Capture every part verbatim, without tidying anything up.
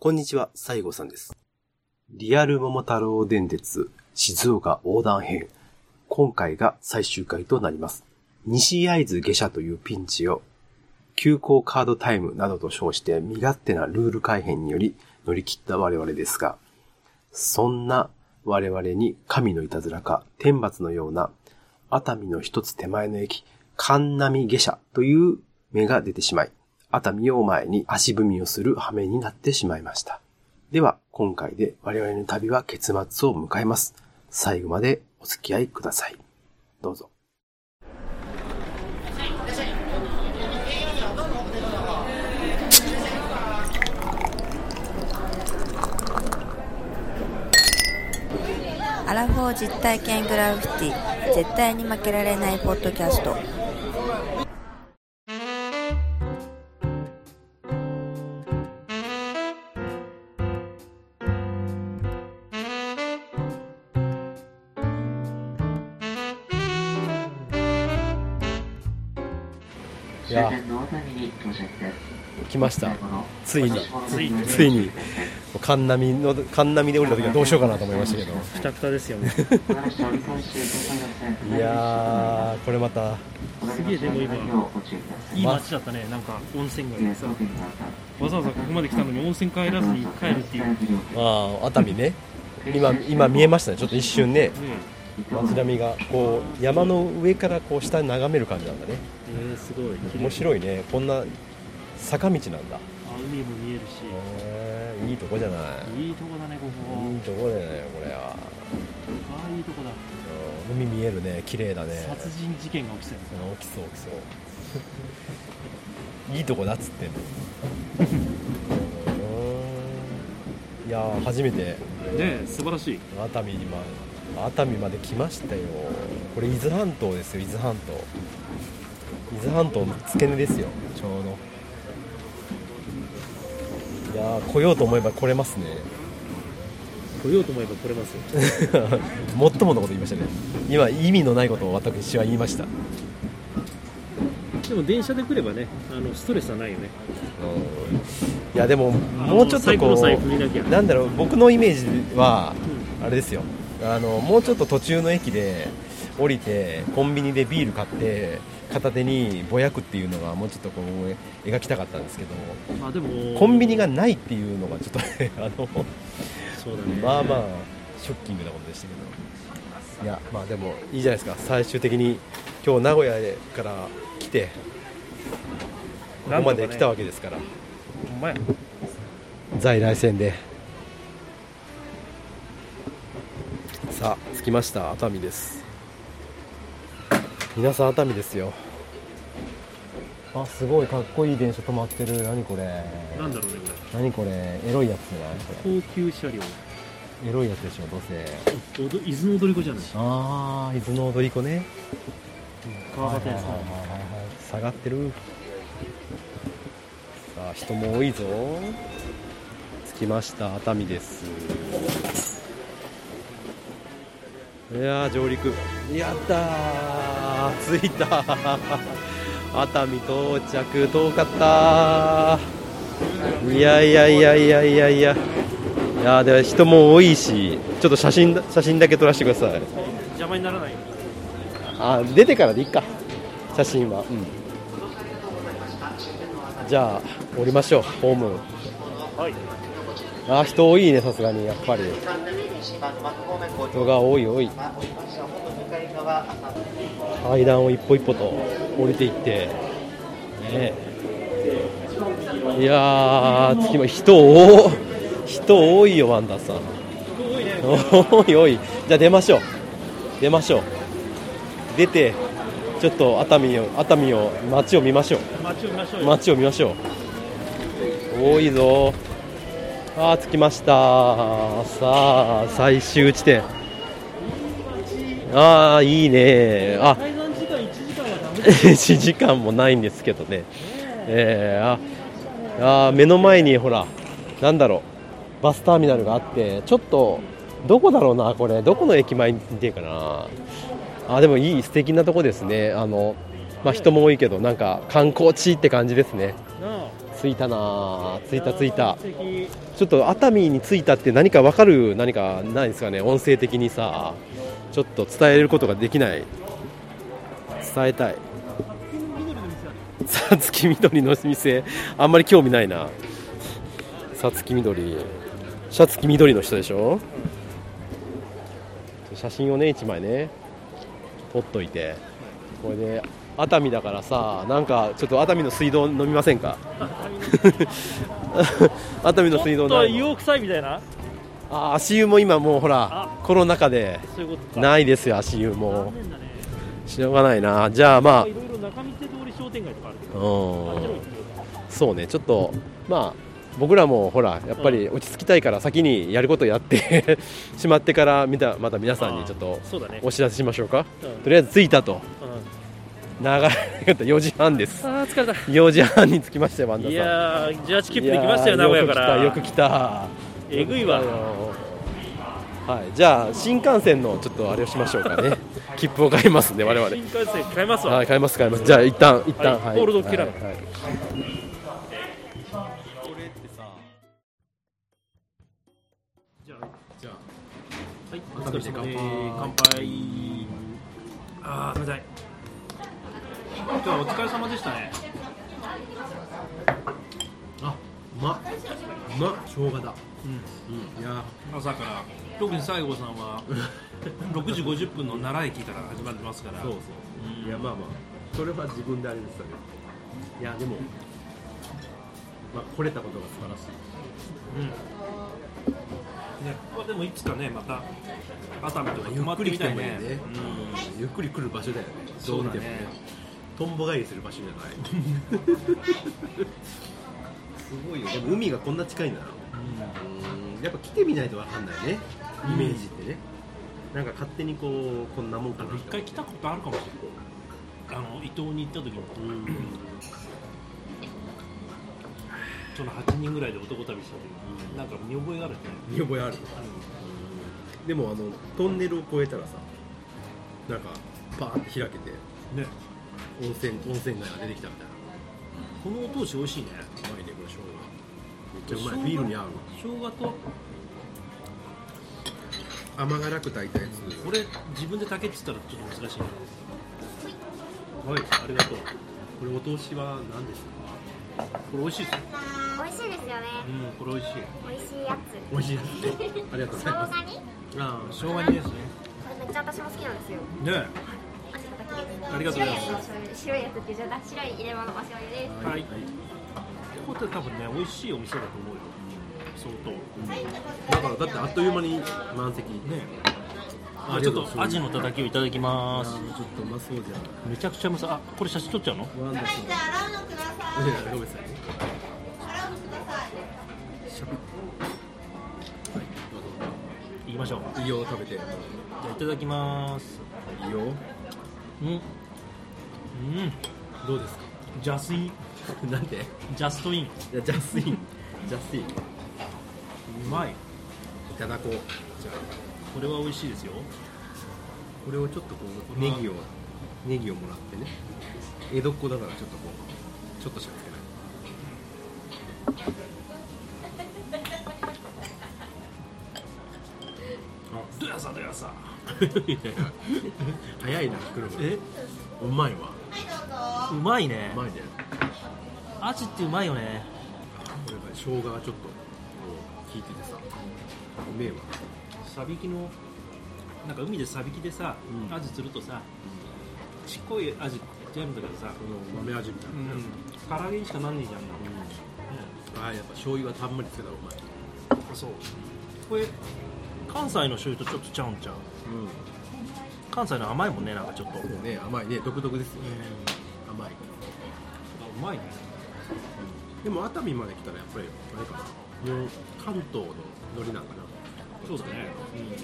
こんにちは、西郷さんです。リアル桃太郎電鉄静岡横断編。今回が最終回となります。西会津下車というピンチを急行カードタイムなどと称して身勝手なルール改変により乗り切った我々ですが、そんな我々に神のいたずらか天罰のような熱海の一つ手前の駅神波下車という目が出てしまい、熱海を前に足踏みをする羽目になってしまいました。では今回で我々の旅は結末を迎えます。最後までお付き合いください。どうぞ。 アラフォー実体験グラフィティ、絶対に負けられないポッドキャスト。 いや来ました。ついについについに神波の神波で降りた時はどうしようかなと思いましたけど、 くたくたですよね。 いやーこれまたすげえ。でも今いい街だったね。なんか温泉街でさ、わざわざここまで来たのに温泉帰らずに帰るっていう。 ああ熱海ね。今今見えましたね。ちょっと一瞬ね、街並みがこう山の上からこう下に眺める感じなんだね。 えー、すごい面白いね。こんな坂道なんだ。 あ、海も見えるし、 えー、いいとこじゃない。 いいとこだねここ。 いいとこだねこれは。 ああ、いいとこだ。 海見えるね。綺麗だね。 殺人事件が起きそう。 起きそう起きそういいとこだっつってんの。いやー初めてねえ、素晴らしい。 熱海にま熱海まで来ましたよ。これ伊豆半島ですよ。伊豆半島伊豆半島の付け根ですよ。ちょうど。いやー来ようと思えば来れますね。 来ようと思えば来れますよ。 もっとものこと言いましたね。今意味のないことを私は言いました。 でも電車で来ればね、あのストレスはないよね。 いやでももうちょっとこうなんだろう、僕のイメージはあれですよ。あのもうちょっと途中の駅で降りてコンビニでビール買って片手にぼやくっていうのがもうちょっとこう描きたかったんですけど、 あでもコンビニがないっていうのがちょっとあのそうだね、 まあまあショッキングなことでしたけど、いやまあでもいいじゃないですか。最終的に今日名古屋から来てここまで来たわけですから、 ほんまや在来線でさあ着きました。熱海です。皆さん熱海ですよ。あ、すごいかっこいい電車止まってる。何これ。 なんだろうねこれ。何これ。エロいやつじゃないこれ。 高級車両。 エロいやつでしょどうせ。 伊豆の踊り子じゃない。 ああ、伊豆の踊り子ね。 川端屋さん。 下がってる。さあ人も多いぞ。着きました熱海です。いやー上陸。やったー着いた熱海到着。遠かったー。いやいやいやいやいやいやいやーでは人も多いし、ちょっと写真写真だけ撮らせてください。 邪魔にならないよ。 あ出てからでいいか写真は、うん、じゃあ降りましょうホーム。 はい。 あ人多いね。さすがにやっぱり人が多い多い。階段を一歩一歩と降りていって、ね、いやー次も人多人多いよワンダさん。多い多い。じゃあ出ましょう出ましょう出てちょっと熱海を熱海を街を見ましょう。 街を見ましょう。 街を見ましょう。多いぞ。あー着きました。さあ最終地点。ああいいね。あいちじかんもないんですけどね。えー、ああ目の前にほらなんだろうバスターミナルがあって、ちょっとどこだろうなこれ。どこの駅前に見てるかな。あでもいい素敵なとこですね。あのまあ人も多いけどなんか観光地って感じですね。 着いたな着いた着いた。ちょっと熱海に着いたって何か分かる何かないですかね、音声的にさちょっと伝えることができない。伝えたい。さつきみどりの店あんまり興味ないな。さつきみどりシャツきみどりの人でしょ。写真をねいちまいね撮っといて、これで熱海だからさ、なんかちょっと熱海の水道飲みませんか熱海の水道ないの。 ちょっと硫黄臭いみたいな。 あ、足湯も今もうほらコロナ禍でそういうことか。 ないですよ、足湯も残念だね。 しょうがないな。じゃあまあいろいろ中見世通り商店街とかあるけうど、あっちの方ん行ってください。 そうね、ちょっとまあ僕らもほらやっぱり落ち着きたいから先にやることやってしまってから見たまた皆さんにちょっとそうだね。 お知らせしましょうか。 うんとりあえず着いたと。 うん長いよじはんです。 あー疲れた。 よじはんに着きましたよ、ワンダさん。 いやー、じゅうはち切符で来ましたよ、名古屋から。 よく来たよく来た。 えぐいわ。 はい、じゃあ新幹線のちょっとあれをしましょうかね。切符を買いますんで我々。 新幹線買いますわ。 はい、買います買います。じゃあ一旦一旦、 はいオールドキラーはいはいじゃあ、 じゃはい、お熱海で疲れ様で乾乾杯。あー、冷たい。今日はお疲れ様でしたね。 あ、うまっうまっ、生姜だ。 うん。 うん、いや朝から特に西郷さんはろくじごじゅっぷんの奈良駅から始まってますから。 そうそう、 うんいやまあまあそれは自分であれですけど、いやでもまあ来れたことが素晴らしい。 うん。ね、ここでもいつかね、また熱海とか泊まってみたいね。 ゆっくり来てもいいねうん。 ゆっくり来る場所だよね。 そうだねど見てもとんぼ返りする場所じゃないすごいよ。でも海がこんな近いんだな。うんやっぱ来てみないとわかんないね、イメージってね。なんか勝手にこうこんなもんかなって。 一回来たことあるかもしれない。あの伊東に行った時に、 うんそのはちにんぐらいで男旅した時に、なんか見覚えがあるね。 見覚えある。でもあのトンネルを越えたらさ、なんかパーンって開けてね、 温泉温泉街が出てきたみたいな。 このお通し美味しいね。 うまいねこれ生姜。めっちゃうまい。ビールに合う。 生姜と甘辛く炊いたやつ。 これ自分で炊けって言ったらちょっと難しいな。 はい、 ありがとう。 これお通しは何ですか？ これ美味しいですよ。 美味しいですよね。 うん、これ美味しい。 美味しいやつ。 美味しいですね。ありがとうございます。 生姜に？ あ生姜煮ですね。 これめっちゃ私も好きなんですよ。 ねあありがとうございます白いやつって言っちゃった。白い入れ物お醤油です。 はい。ここって多分ね、美味しいお店だと思うよ。相当。 だからだってあっという間に満席。 ね。 あちょっとアジのたたきをいただきます。 ちょっとうまそうじゃん。 めちゃくちゃうまそう。あ、これ写真撮っちゃうの？ ワンダフル。 洗うのください。 いやごめんなさいね。 洗うのください。 しゃべっ行きましょう。 て。いいよ食べて。いいじゃあいただきます。 よ。 うん。うん。 どうですか？ ジャスイン。 なんで？ ジャストイン。 いやジャスイン。ジャスイン。いうまい。 ただこう。じゃあこれは美味しいですよ。 これをちょっとこうネギをネギをもらってね。江戸っ子だからちょっとこうちょっとしかつけない。 どやさどやさ。 早いな来るの。 え、 うまいわ。 うまいねう。まいね。 アジってうまいよね。 これが生姜がちょっとこう効いててさ、うめえわ。 サビキのなんか海でサビキでさ、 うんアジ釣るとさ、ちっこいアジってやるんだけどさ、 この豆味みたいな。 うん、唐揚げにしかなんねえじゃんな。 ああやっぱ醤油はたんまりつけたらうまい。 うん、そう。これ関西の醤油とちょっとちゃうんちゃう。 うん。 関西の甘いもんね、なんかちょっと。 そうね、甘いね、独特ですよね。甘い。 うまいね。 でも熱海まで来たらやっぱりあれかな。もう関東の海苔なんかな。 そうだね。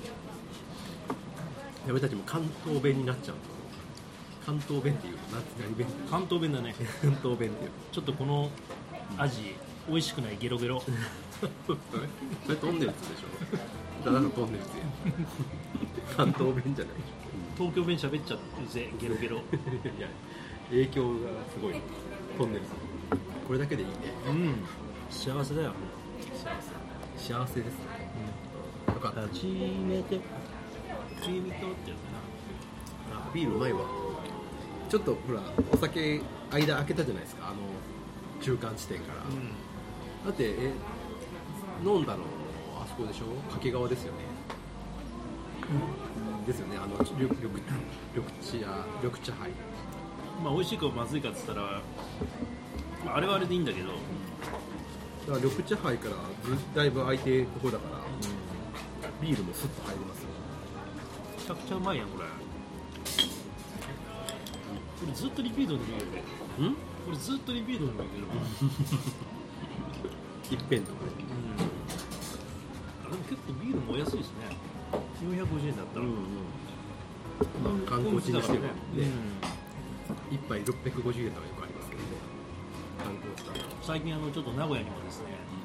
やめたちも関東弁になっちゃうの。関東弁っていうの何何弁っていうの？ 関東弁だね。 関東弁っていうちょっとこのアジ美味しくないゲロゲロ。 の。それトンネルズでしょ。ただのトンネルズや。関東弁じゃない。 東京弁喋っちゃうぜゲロゲロ。 いや影響がすごい。トンネルズ。 これだけでいいね。 うん幸せだよ。 幸せ幸せですね、うん、よかった。 初めて初めてってやつだな。 あビールうまいわ。ちょっとほらお酒間開けたじゃないですか、あの中間地点から、うん、だってえ飲んだのあそこでしょ、掛川ですよね、うん、ですよね、あの緑緑緑茶緑茶杯。 まあ美味しいかまずいかっつったら、まあ、あれはあれでいいんだけど、 だから緑茶杯からずだいぶ空いてここだから、うん、ビールもスッと入りますよ。 めちゃくちゃうまいやんこれ。これずっとリピートできるよね。ん？これずっとリピートできる。 いっぺんとこれ。 うん。でも結構ビールもお安いですね。よんひゃくごじゅうえんだったら。うんうん。 まあ観光地にしてはね、 うん、 一杯ろっぴゃくごじゅうえんとかよくありますけどね。観光地だと。 最近あのちょっと名古屋にもですね、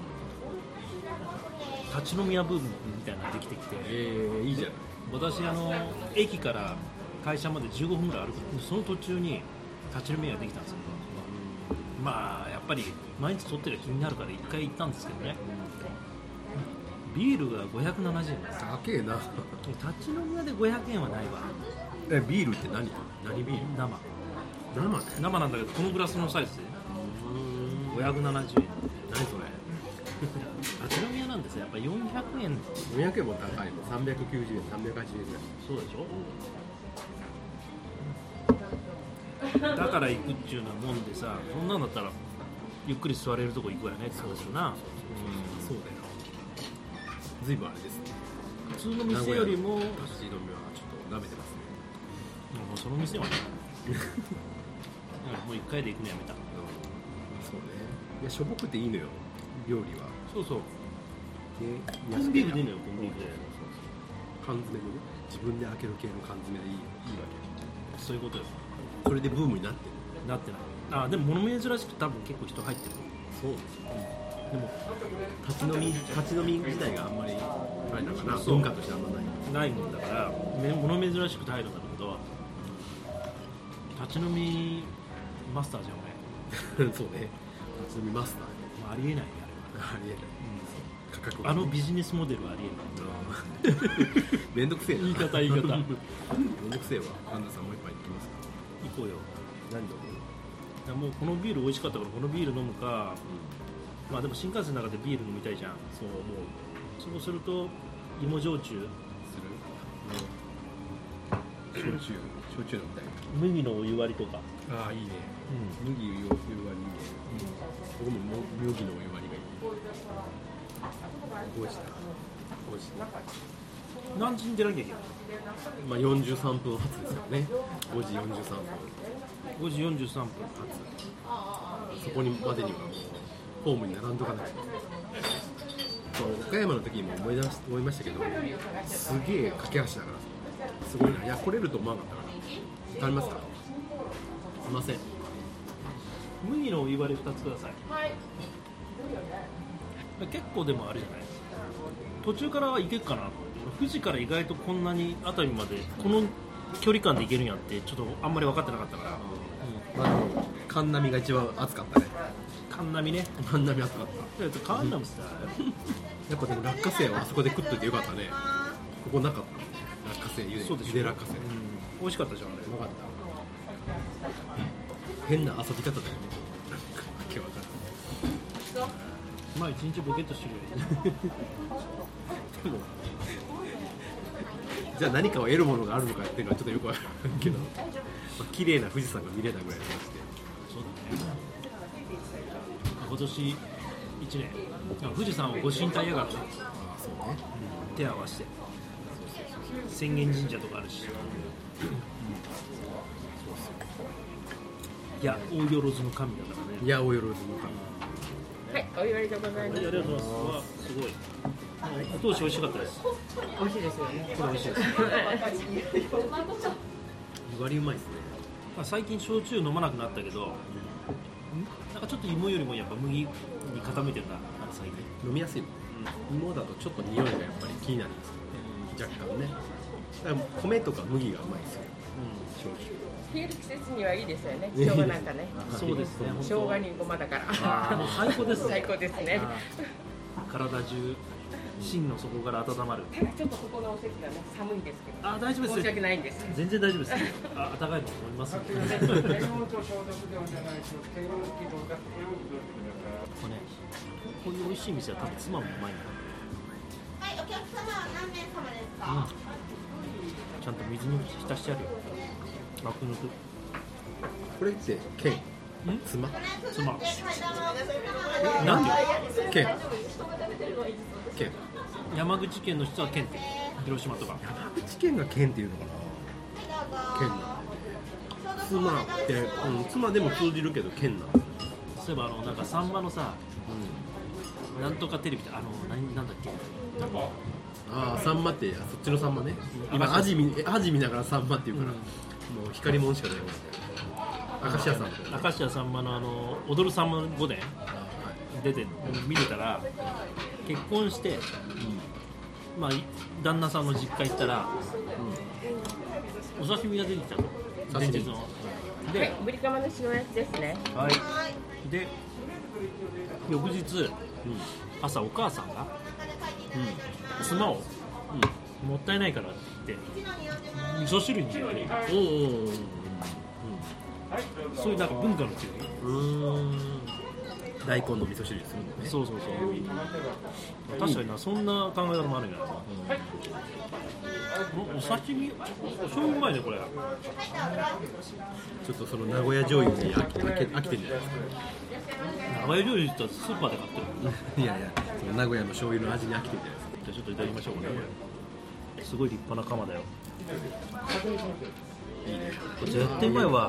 立ち飲み屋ブームみたいなのができてきて、 えー、いいじゃない。 私あの駅から会社までじゅうごふんぐらい歩く、その途中に立ち飲み屋ができたんですよ。うん、まあやっぱり毎日取ってる気になるから一回行ったんですけどね、うん、ビールがごひゃくななじゅうえんです。 高えな。 立ち飲み屋でごひゃくえんはないわ。 えビールって何何ビール？ 生生ね。 生なんだけどこのグラスのサイズでごひゃくななじゅうえん。 何それ。 立ち飲み屋なんですよ。やっぱよんひゃくえん。よんひゃくえんも高いの。さんびゃくきゅうじゅうえん、さんびゃくはちじゅうえんぐらい。 そうでしょ、うん、だから行くっちゅうのはもんでさ、そんなんだったらゆっくり座れるとこ行くわよねって話するな。 そうだよ。ずいぶんあれですね。 普通の店よりも立ち飲みはちょっと舐めてますね。 もうその店はねもう一回で行くのやめた。うん、 そうね。いやしょぼくていいのよ料理は。 そうそう。 でコンビーフでいいのよ、コンビーフで。 缶詰もね、自分で開ける系の缶詰でいいいいわけ。そういうことよ。 それでブームになってる。 なってない。あでも物珍しく多分結構人入ってる。 そうですよ、うん、でも立ち飲み立ち飲み自体があんまりあれなのかな、文化としてあんまないないもんだから物珍しくて入るんだけど、立ち飲みマスターじゃん俺そうね、立ち飲みマスター、 まあ、ありえないねあれは。 ありえない、うん、価格があのビジネスモデルはありえない。 めんどくせえな。 言い方言い方めんどくせえわ。アンダさんもう一杯行きますか。 行こうよ。 何飲む？ いやもうこのビール美味しかったからこのビール飲むか、うん、まあでも新幹線の中でビール飲みたいじゃん。そう思う。そうすると芋焼酎する、 うん、焼酎焼酎飲みたい。 麦のお湯割りとか。 ああいいね、うん、麦お湯割りいいね、うん、僕も麦のお湯割りがいい。ごじだごじ何時に出なきゃいけない？ まあよんじゅうさんぷん発ですよね。ごじよんじゅうさんぷんごじよんじゅうさんぷん発。そこにまでにはもうホームに並んどかない。そう岡山の時にも思い出し思いましたけど、すげえ駆け足だからすごいな。いや来れると思わなかったから。頼みますか？すいません。 麦のお湯割りふたつください。はい。結構でもあれじゃない。途中から行けるかな。富士から意外とこんなに熱海までこの距離感で行けるんやってちょっとあんまり分かってなかったから。 うん、まあでも神波が一番熱かったね。 神波ね。 神波熱かった。 神波さ。 やっぱでも落花生はあそこで食っといてよかったね。ここなかった。落花生ゆでゆで落花生。うん、 美味しかったじゃんあれ。 よかった。変な遊び方だよね。わけわかんない。 まあ一日ボケっとしてるよ。 でもじゃあ何かを得るものがあるのかっていうのはちょっとよくわからんけど、まあ、綺麗な富士山が見れたぐらいの話で。 そうだね。今年いちねん富士山をご神体やがる。ああそうね、 うん、手合わせて浅間神社とかあるし、うん、いや大万の神だからね。 いや大万の神。 はい、お湯割りでございます。 ありがとうございます。すごい。お通し美味しかったです。 美味しいですよね。 これ美味しいです。 湯割りうまいですね。 まあ、最近焼酎飲まなくなったけど、うん、なんかちょっと芋よりもやっぱ麦に傾いてるな、なんか最近。 飲みやすいもん、うん、芋だとちょっと匂いがやっぱり気になるんですよね、若干ね。 だから米とか麦がうまいですよ、 冷える季節にはいいですよね。生姜なんかね。 そうですね。 生姜にごまだから。 あもう最高ですね。 最高ですね。 体中芯の底から温まる。 ただちょっとここのお席がね寒いですけど。 あ大丈夫です。 申し訳ないんです。 全然大丈夫です。あ温かいと思います。これね、こういう美味しい店は多分妻もうまいんだ。 はい、お客様は何名様ですか？ うん、ちゃんと水に浸してあるよ。アク抜く。 これって剣妻妻なんで剣剣山口県の人は県って広島とか山口県が県っていうのかな。県なんで妻って、うん、妻でも通じるけど県なんだ。 そういえばあのなんかサンマのさ、うん、なんとかテレビってあの何なんだっけ。 ああサンマってそっちのサンマね。今アジ見アジ見ながらサンマっていうから、うん、もう光もんしかないもんね。明石家さんま明石家さんまのあの踊るさんま御殿出て見てたら結婚して、うん、まあ旦那さんの実家行ったら、うん、お刺身が出てきたの前日ので、はい、ブリカマの塩焼きですね。 はいで翌日、うん、朝お母さんが、うん、妻を、うん、もったいないからって言って味噌汁に入れておーそういうなんか文化の違い。うーん大根の味噌汁にするんだね。 そうそうそう確かになそんな考え方もあるんじゃないかな、うん、お刺身超うまいねこれ。 ちょっとその名古屋醤油に飽き、飽き、飽きてるんじゃないですか。 名古屋醤油ってスーパーで買ってるいやいやその名古屋の醤油の味に飽きてるんじゃないですか。 じゃあちょっといただきましょうかね。すごい立派な釜だよ。いいね。絶対うまいわ。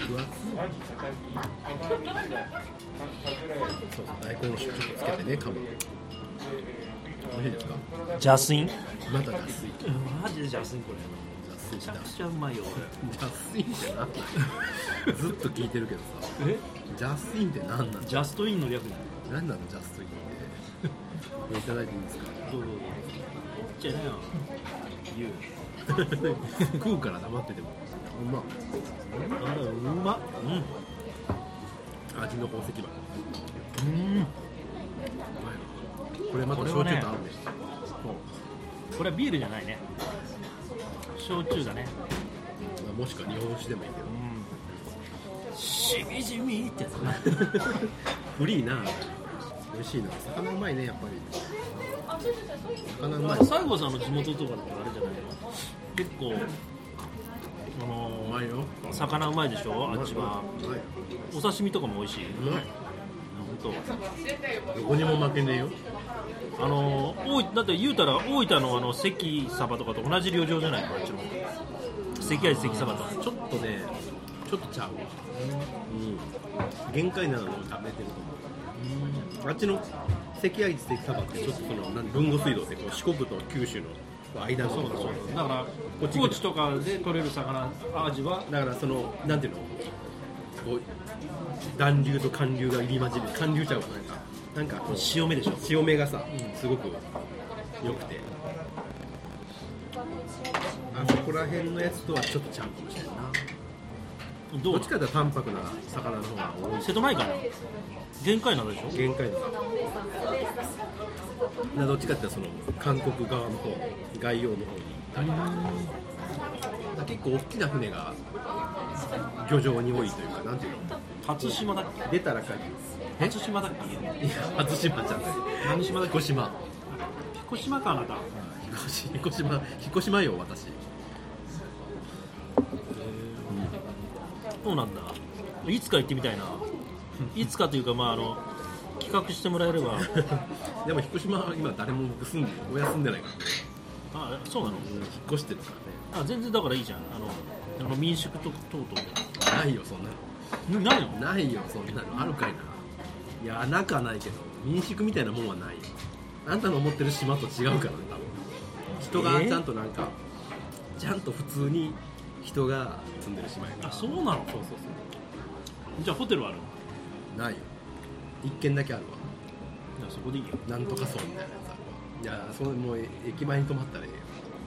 そうそう大根おろしをちょっとつけてね鴨。美味しいですか。 ジャスイン。 またジャスイン。 マジでジャスインこれ。めちゃくちゃうまいよこれ。 ジャスインって何？ずっと聞いてるけどさ。 え？ ジャスインって何なん？ ジャストインの略に。 何なのジャストインって。いただいていいんですか。 どうぞどうぞ。じゃないよ。言う。 食うから黙っててもうまっ。 うまっ。 うん。味の宝石箱。 うん。 これまた焼酎と合うんです。 これはビールじゃないね。焼酎だね。 まあ、もしくは日本酒でもいいけど。 うん、しみじみってやつな。 フリーな。美味しいな。魚うまいねやっぱり。魚うまい。 西郷さんの地元とかだとあれじゃないの。結構あのー、 うまいよ。 魚うまいでしょ。あっちは。お刺身とかも美味しい。 うまい。 本当。 どこにも負けねえよ。 あのー、大だって言うたら大分のあの関サバとかと同じ漁場じゃないのあっちの。関会関サバとちょっとねちょっとちゃう。うん。限界なのを食べてると思う。あっちの関会関サバってちょっとその豊後水道ってこう四国と九州の間の。 そうだそうだ。だから高知とかで取れる魚味はだからそのなんていうのこう暖流と寒流が入り混じる寒流ちゃうかなんかなんかこう塩目でしょ。 塩目がさ、うん、すごく良くてあそこら辺のやつとはちょっとちゃうかもしれないな。どっちかというと淡白な魚の方が多い。 瀬戸内海なの限界なのでしょ。 限界なのどっちかというとその韓国側の方外洋の方にだ結構大きな船が漁場に多いというかなんていうの初島だっけ。 出たら帰る。 初島だっけ。 いや初島じゃない。 何島だっけ。 彦島。 彦島かあなた。 彦島彦島よ私。 そうなんだ。いつか行ってみたいな。いつかというかまああの企画してもらえれば。 でも彦島は今誰も僕住んで親住んでないからね。 あそうなの。 引っ越してるからね。 あ全然だからいいじゃん。あのあの民宿と等々 ないよそんなの。ないの？ ないよそんなのあるかいな。いやなくはないけど民宿みたいなもんはないよ。あんたの思ってる島と違うからね多分。人がちゃんとなんか、えー、ちゃんと普通に人が住んでる島やから。 あそうなの。そうそうそう。じゃあホテルあるの？ないよ。一軒だけあるわ。 じゃあそこでいいよ。 なんとかそうみたいなやつあるわ。いやそれもう駅前に泊まったらええよ。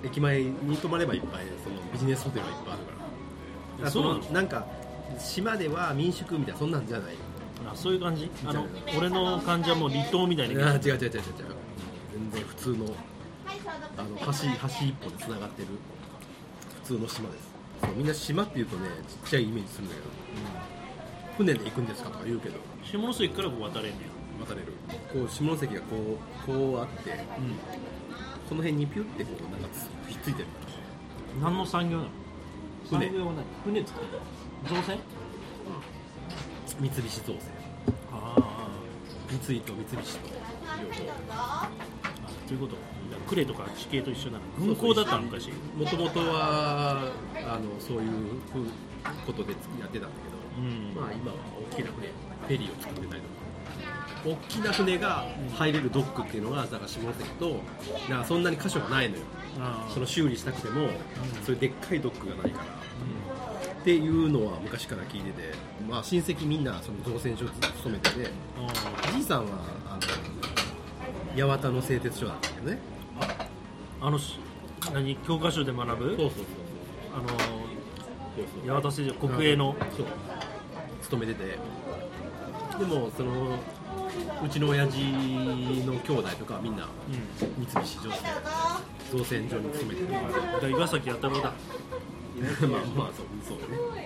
駅前に泊まればいっぱいそのビジネスホテルがいっぱいあるから、だからそのなんか島では民宿みたいなそんなんじゃない。 あ、そういう感じ。あの俺の感じはもう離島みたいな。 あ、違う違う違う違う違う、全然普通のあの橋橋一本でつながってる普通の島です。そうみんな島っていうとねちっちゃいイメージするんだけど、うん、船で行くんですかとか言うけど、 下関からこう渡れんねや。 渡れる。こう下関がこうこうあって、うん、この辺にピュってこうなんかひっついてる。 何の産業なの？ 船。 産業は何？船作るの？造船？ 三菱造船。 ああ。 三井と三菱と両方。 あ、ということ。呉とか地形と一緒なの。軍港だったの昔。 もともとはあのそういうことでやってたんだけど、うん、まあ今は大きな船、フェリーを作ってたりとか。大きな船が入れるドックっていうのがだから下関とだからそんなに箇所がないのよ。その修理したくても、うん、そういうでっかいドックがないから、うん、っていうのは昔から聞いてて、まあ、親戚みんなその造船所に勤めてて、じいさんはあの八幡の製鉄所だったんだよね。 あの何教科書で学ぶ？ そうそうそうそう。 あの八幡製鉄所国営のそう勤めてて、でもそのうちの親父の兄弟とかはみんな三菱造船造船所に勤めてるから、 岩崎弥太郎だ。 まあまあそうそうだね。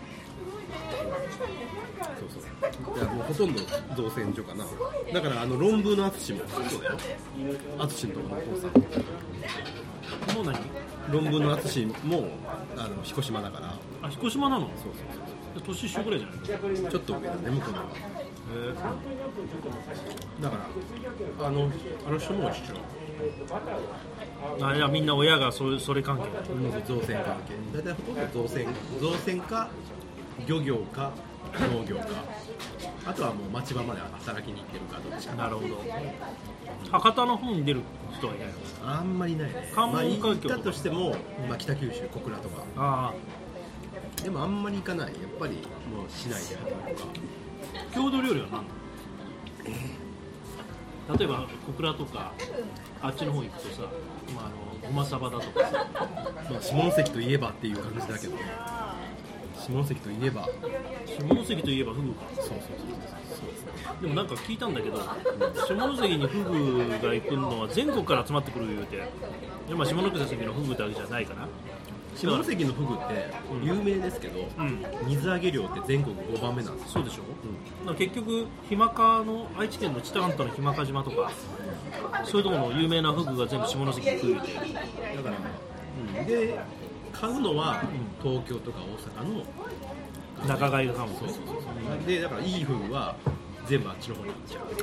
そうそう。いやもうほとんど造船所かな。だからあの論文の淳もそうだよ。淳のところのお父さん。 もう何？ 論文の淳もあの彦島だから。 あ、彦島なの？ そうそうそう。 年一緒ぐらいじゃない？ ちょっと上だね向こうの方が。 へー、だからあのあの人も一緒。 あ、いやみんな親がそれそれ関係。 うん、造船関係。だいたいほとんど造船造船か漁業か農業か、あとはもう町場まで働きに行ってるかどっちか。 なるほど。博多の方に出る人はいないの？ あんまりいないね。 関門海峡とか、 まあ、行ったとしても、まあ、北九州小倉とか。 ああ。でもあんまり行かない。やっぱりもう市内で働くか。 郷土料理は何なの？えー、例えば小倉とかあっちの方行くとさ、まあ、あのごまさばだとかさ、 まあ、下関といえばっていう感じだけど、下関といえば下関といえばフグか。 そうそうそうそう。 でもなんか聞いたんだけど、下関にフグが行くのは全国から集まってくる言うて、で、まあ、下関のフグだけじゃないかな。 下関のフグって有名ですけど、うん、水揚げ量って全国ごばんめなんです。 そうでしょ、うん、だから結局日間賀の愛知県の知多半島の日間賀島とかそういうところの有名なフグが全部下関に来るって。だから、 うん、で買うのは東京とか大阪の仲買が買うの。 そうそうそう。でだからいいフグは全部あっちの方に行っちゃう。うん、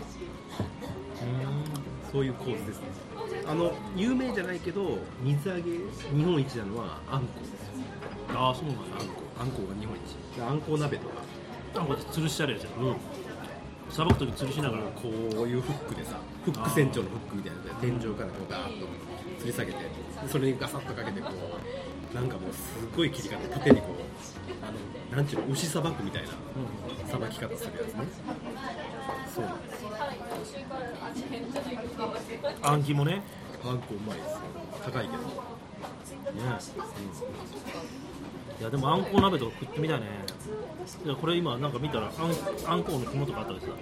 そういう構図ですね。あの有名じゃないけど水揚げ日本一なのはあんこですよ。 ああ、そうなんだ。 あんこあんこが日本一。あんこ鍋とかあんこって吊るしてあるやつやろ。うん。さばくとき吊るしながらこういうフックでさ、フック船長のフックみたいなので天井からこうガーッと吊り下げて、それにガサッとかけてこうなんかもうすごい切り方、縦にこうあのなんちゅうの牛さばくみたいなさばき方するやつね。そうなんですよ。 あん肝もね。 あんこうまいですよ。高いけど。ね、 うん、いやでもあんこう鍋とか食ってみたいね。いやこれ今なんか見たらあんあんこうの肝とかあったりさ。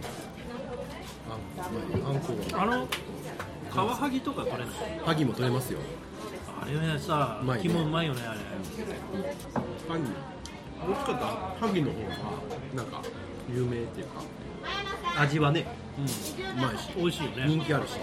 あんこうまい。あんこうは。 あのカワハギとか取れない？ ハギも取れますよ。 あれねさ、うまいね、肝うまいよねあれ。 ハギ。どっちかってハギの方がなんか有名っていうか味はね、うん、うまいし美味しいよね。 人気あるし。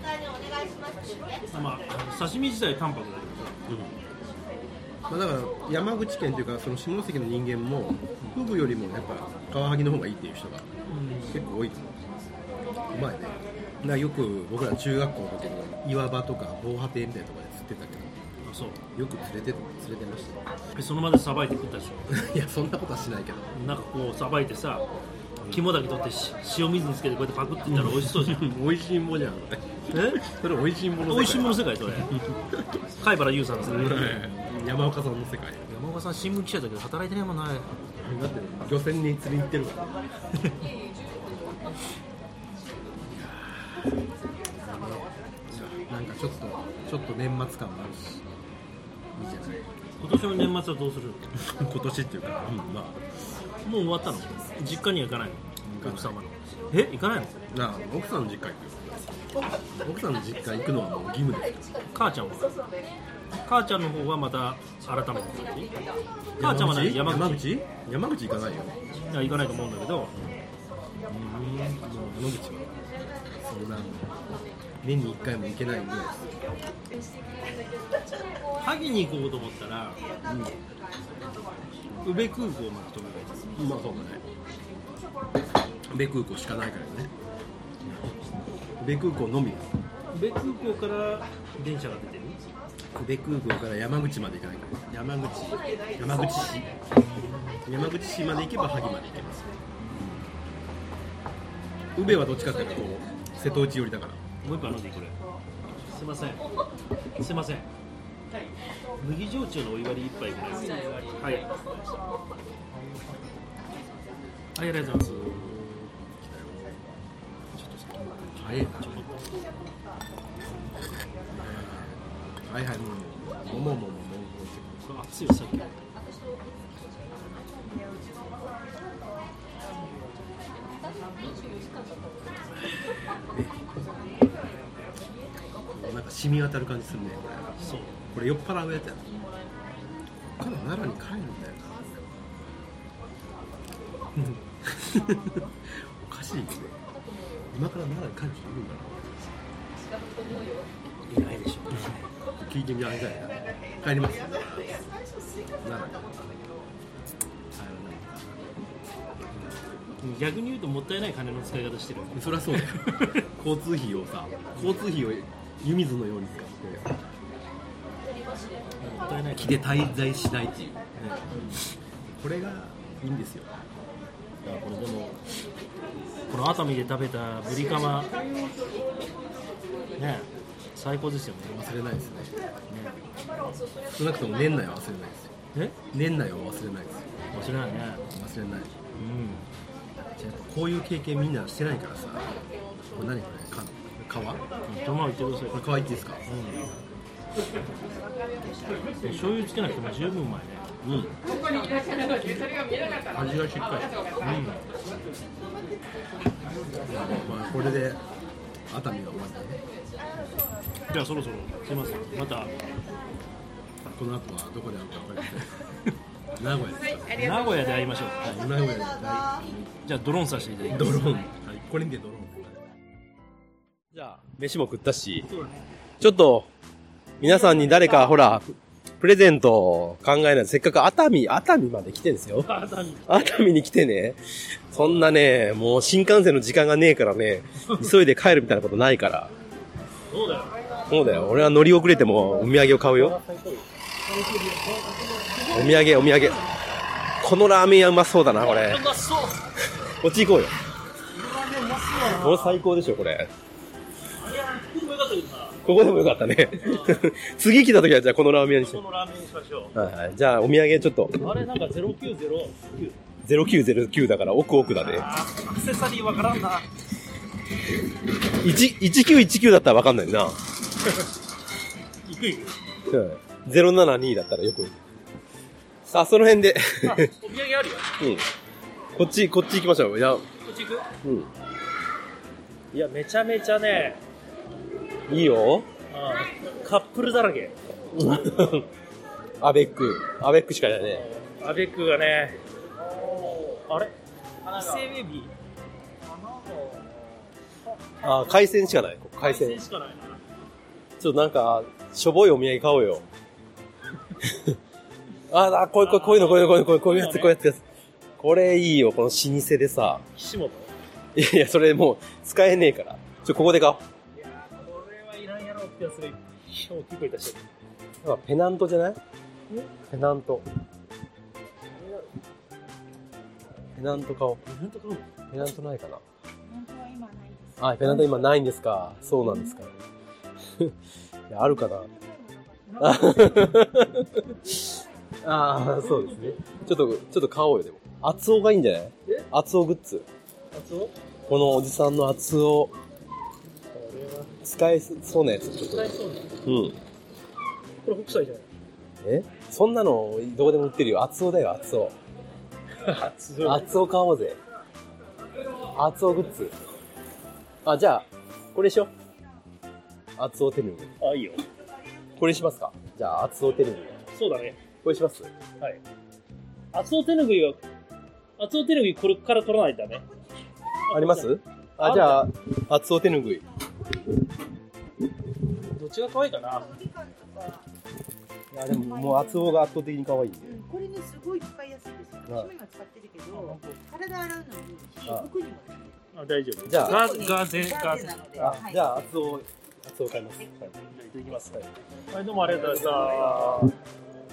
まあ刺身自体淡白だけどさ、 うん、まあ、だから山口県というかその下関の人間もフグよりもやっぱカワハギの方がいいっていう人が結構多いと思う。うまいね。だからよく僕ら中学校の時に岩場とか防波堤みたいなところで釣ってたけど、 あ、そうよく釣れてた釣れてました。 その場でさばいて食ったでしょ。いやそんなことはしないけど、 なんかこうさばいてさ肝だけ取って塩水につけてこうやってパクっていったら美味しそうじゃん。 美味しいもんじゃん。 え？ それ美味しいものの世界。 美味しいものの世界それ。貝原優さんの世界。 山岡さんの世界。 山岡さん新聞記者だけど働いてないもんな。だって漁船に釣りに行ってるから。なんかちちょっとちょっと年末感もあるしいいじゃない。 今年の年末はどうするの？ 今年っていうか、うん、まあもう終わったの？実家には行かないの？奥様の。え、行かないの？ なあ、奥さんの実家行くよ。奥さんの実家行くのはもう義務ですよ。 母ちゃんは？母ちゃんの方はまた改めて。母ちゃんはね、山口？ 山口？山口行かないよ。 いや、行かないと思うんだけど。 うん、もう山口はそんな年にいっかいも行けないんで。 萩に行こうと思ったら、うん、宇部空港まで飛べばいいです。 まあそうだね。宇部空港しかないからね。宇部空港のみ。 宇部空港から電車が出てる？ 宇部空港から山口まで行かないから。山口、山口市。山口市まで行けば萩まで行けます。宇部はどっちかっていうとこう瀬戸内寄りだから。 もう一杯飲んでいいこれ。すいません。すいません。麦焼酎のお湯割り一杯ぐらいです。はい。はい、ありがとうございます。ちょっと先に早いな。はいはい、もう、もうもうもうもうもう。 これ熱いよ、さっき。 なんか染み渡る感じするね、これ。 そう。 これ酔っ払うやつや。こっから奈良に帰るんだよな。おかしいよね。今から奈良に帰る人いるんだな。 いないでしょ。 聞いてみてあげたいな。帰ります。奈良に。 逆に言うともったいない金の使い方してる。 そりゃそうだよ。交通費をさ、交通費を湯水のように使って。 もったいない木で滞在しないっていう、ね、これがいいんですよ。 これでもこの熱海で食べたブリカマね、最高ですよね。 忘れないですね。少なくとも年内は忘れないですよ。 え？ 年内は忘れないですよ。 忘れないね。 忘れない。 うん。 じゃあこういう経験みんなしてないからさ。これ何これ？川？ 頭を言ってください。 これ川いっていいですか？ うん。醤油つけなくても十分うまいね。 うん。味がしっかり。うん。まあこれで熱海が終わりだね。 じゃあそろそろすいません。またこの後はどこで会うか分かりません。名古屋ですか？ 名古屋で会いましょう。 はい、名古屋で。 じゃあドローンさせていただきます。 ドローン。はい。これにてドローン。じゃあ飯も食ったし、ちょっと皆さんに誰かほらプレゼントを考えないと、せっかく熱海熱海まで来てんですよ。 熱海熱海に来てね、そんなねもう新幹線の時間がねえからね、急いで帰るみたいなことないから。 そうだよ。 そうだよ。俺は乗り遅れてもお土産を買うよ。お土産お土産。このラーメン屋うまそうだなこれ。 うまそう。 こっち行こうよ。 ラーメンうまそうだな。 もう最高でしょこれ。 ここでもよかったけどな。 ここでもよかったね。次来た時はじゃあこのラーメン屋にしよこのラーメンにしましょう。はいはい。じゃあお土産ちょっと。 う。あれなんかゼロきゅうゼロきゅう。 ゼロきゅうゼロきゅうだから奥奥だね。 アクセサリーわからんな。 いちいちきゅういちきゅうだったらわかんないな。 行く行く。 うん。ゼロななにだったらよく。さあその辺で。 あ、お土産あるよ。 うん。こっちこっち行きましょう。いや。 こっち行く？ うん。 いやめちゃめちゃね。 いいよ。 ああカップルだらけ。 アベックアベックしかいないね。 アベックがね。あれ？伊勢ベビー。 あ、海鮮しかない。海鮮。 海鮮しかないな。 ちょっとなんかしょぼいお土産買おうよ。ああ、こういうこういうのこういうのこういうのこういうやつこういうやつ。これいいよ、この老舗でさ。 岸本。 いやいや、それもう使えねえから。ちょここで買おう。 いやーこれはいらんやろってやつが大きい声出してる。 なんかペナントじゃない？ペナント。ペナント買おう。 ペナント買うの？ ペナントないかな。 ペナントは今ないです。 あ、ペナント今ないんですか。そうなんですか。いや、あるかな。ああ、そうですね。ちょっと、ちょっと買おうよ、でも。厚尾がいいんじゃない？厚尾グッズ。 厚尾？ このおじさんの厚尾。 使えそうなやつちょっと。 使えそうな。 うん。 これ北斎じゃない。 えそんなのどこでも売ってるよ。厚尾だよ、厚尾。厚尾買おうぜ。厚尾グッズ。あ、じゃあ、これしよう。厚尾手ぬぐい。 あ、いいよ。 これしますか。じゃあ、厚尾手ぬぐい。 そうだね。 これします。 はい。厚尾手ぬぐいは、厚尾手ぬぐいこれから取らないとダメ。 ありますあ、じゃあ、厚尾手ぬぐい。 どっちが可愛いかな。 いや、でも、もう厚尾が圧倒的に可愛いんで。 これね、すごい使いやすいですよ。私も今使ってるけど、体洗うのもいいし、服にも使える。 あ、大丈夫。 じゃあガーガーゼガーゼ。 あ、じゃあ、厚尾、厚尾買います。はい。 じゃあいただきます。はい、どうもありがとうございました。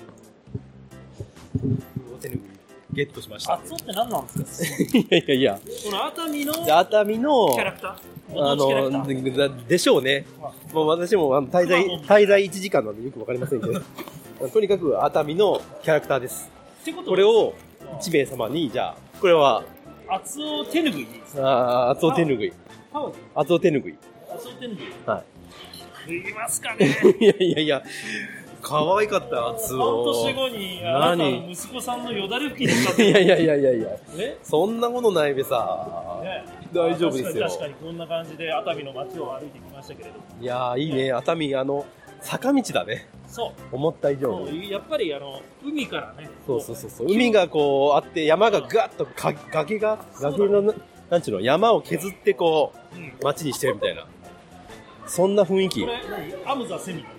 手ぬぐいゲットしました。 厚尾って何なんですか。 いやいやいや。 この熱海のキじゃあ、熱海の、 ャラクター。 あの、ででしょうね。もう私もあの滞在、滞在いちじかんなんでよくわかりませんけど。とにかく熱海のキャラクターです。 ってことこれをいち名様に、じゃあ、これは、 厚尾手ぬぐいでいいですか。 ああ、厚尾手ぬぐい。 パワー厚尾手ぬぐい。 厚尾手ぬぐい。 はいりますかね。 い。いやいやいや、可愛かった、厚尾。 半年後に、あなたの息子さんのよだれ拭きでしたって。 いやいやいやいやいや。 えそんなことないべさ。 ね、 大丈夫ですよ。 確かに確かにこんな感じで熱海の街を歩いてきましたけれども。 いやー、いいね。熱海、あの、坂道だね。 そう。 思った以上そうに。 やっぱりあの海からね。 そうそうそうそう。海がこうあって山がガッとか崖が崖のななんちゅうの山を削ってこう、 うん、 街にしてるみたいな。そんな雰囲気。 これ何？アムザセミ。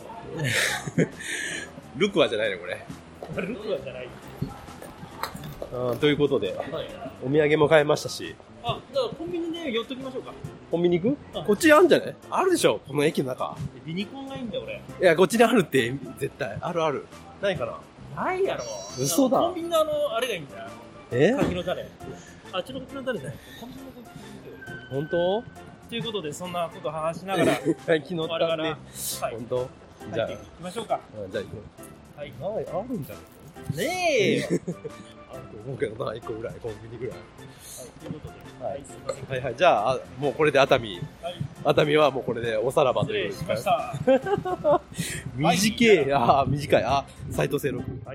ルクワじゃないのこれ。 ルクワじゃない。 あということで、 はい、 お土産も買えましたし。 あ、だからコンビニで寄っときましょうか。 コンビニ行く？ あこっちにあるんじゃない？あるでしょこの駅の中。 リニコンがいいんだよ俺。 いやこっちにあるって絶対あるある。ないかな。 ないやろ。 嘘だ。 コンビニのあのあれがいいんだよ。 え？ 柿の種。あっちの柿の種じゃない。コンビニの柿の種。 本当？ ということでそんなこと話しながら昨日我々は、はい、 本当？じゃあ行きましょうか。 じゃあ行こう。はい。 ないあるんじゃない？ ねえよ。 あると思うけどな、いっこぐらい、コンビニぐらい。 はい、ということで、 はい、すみません。はいはい、じゃあ、もうこれで熱海、はい、熱海はもうこれでおさらばということですか。 失礼しました。 短い、ああ、短い、あ、斉藤清六。はい。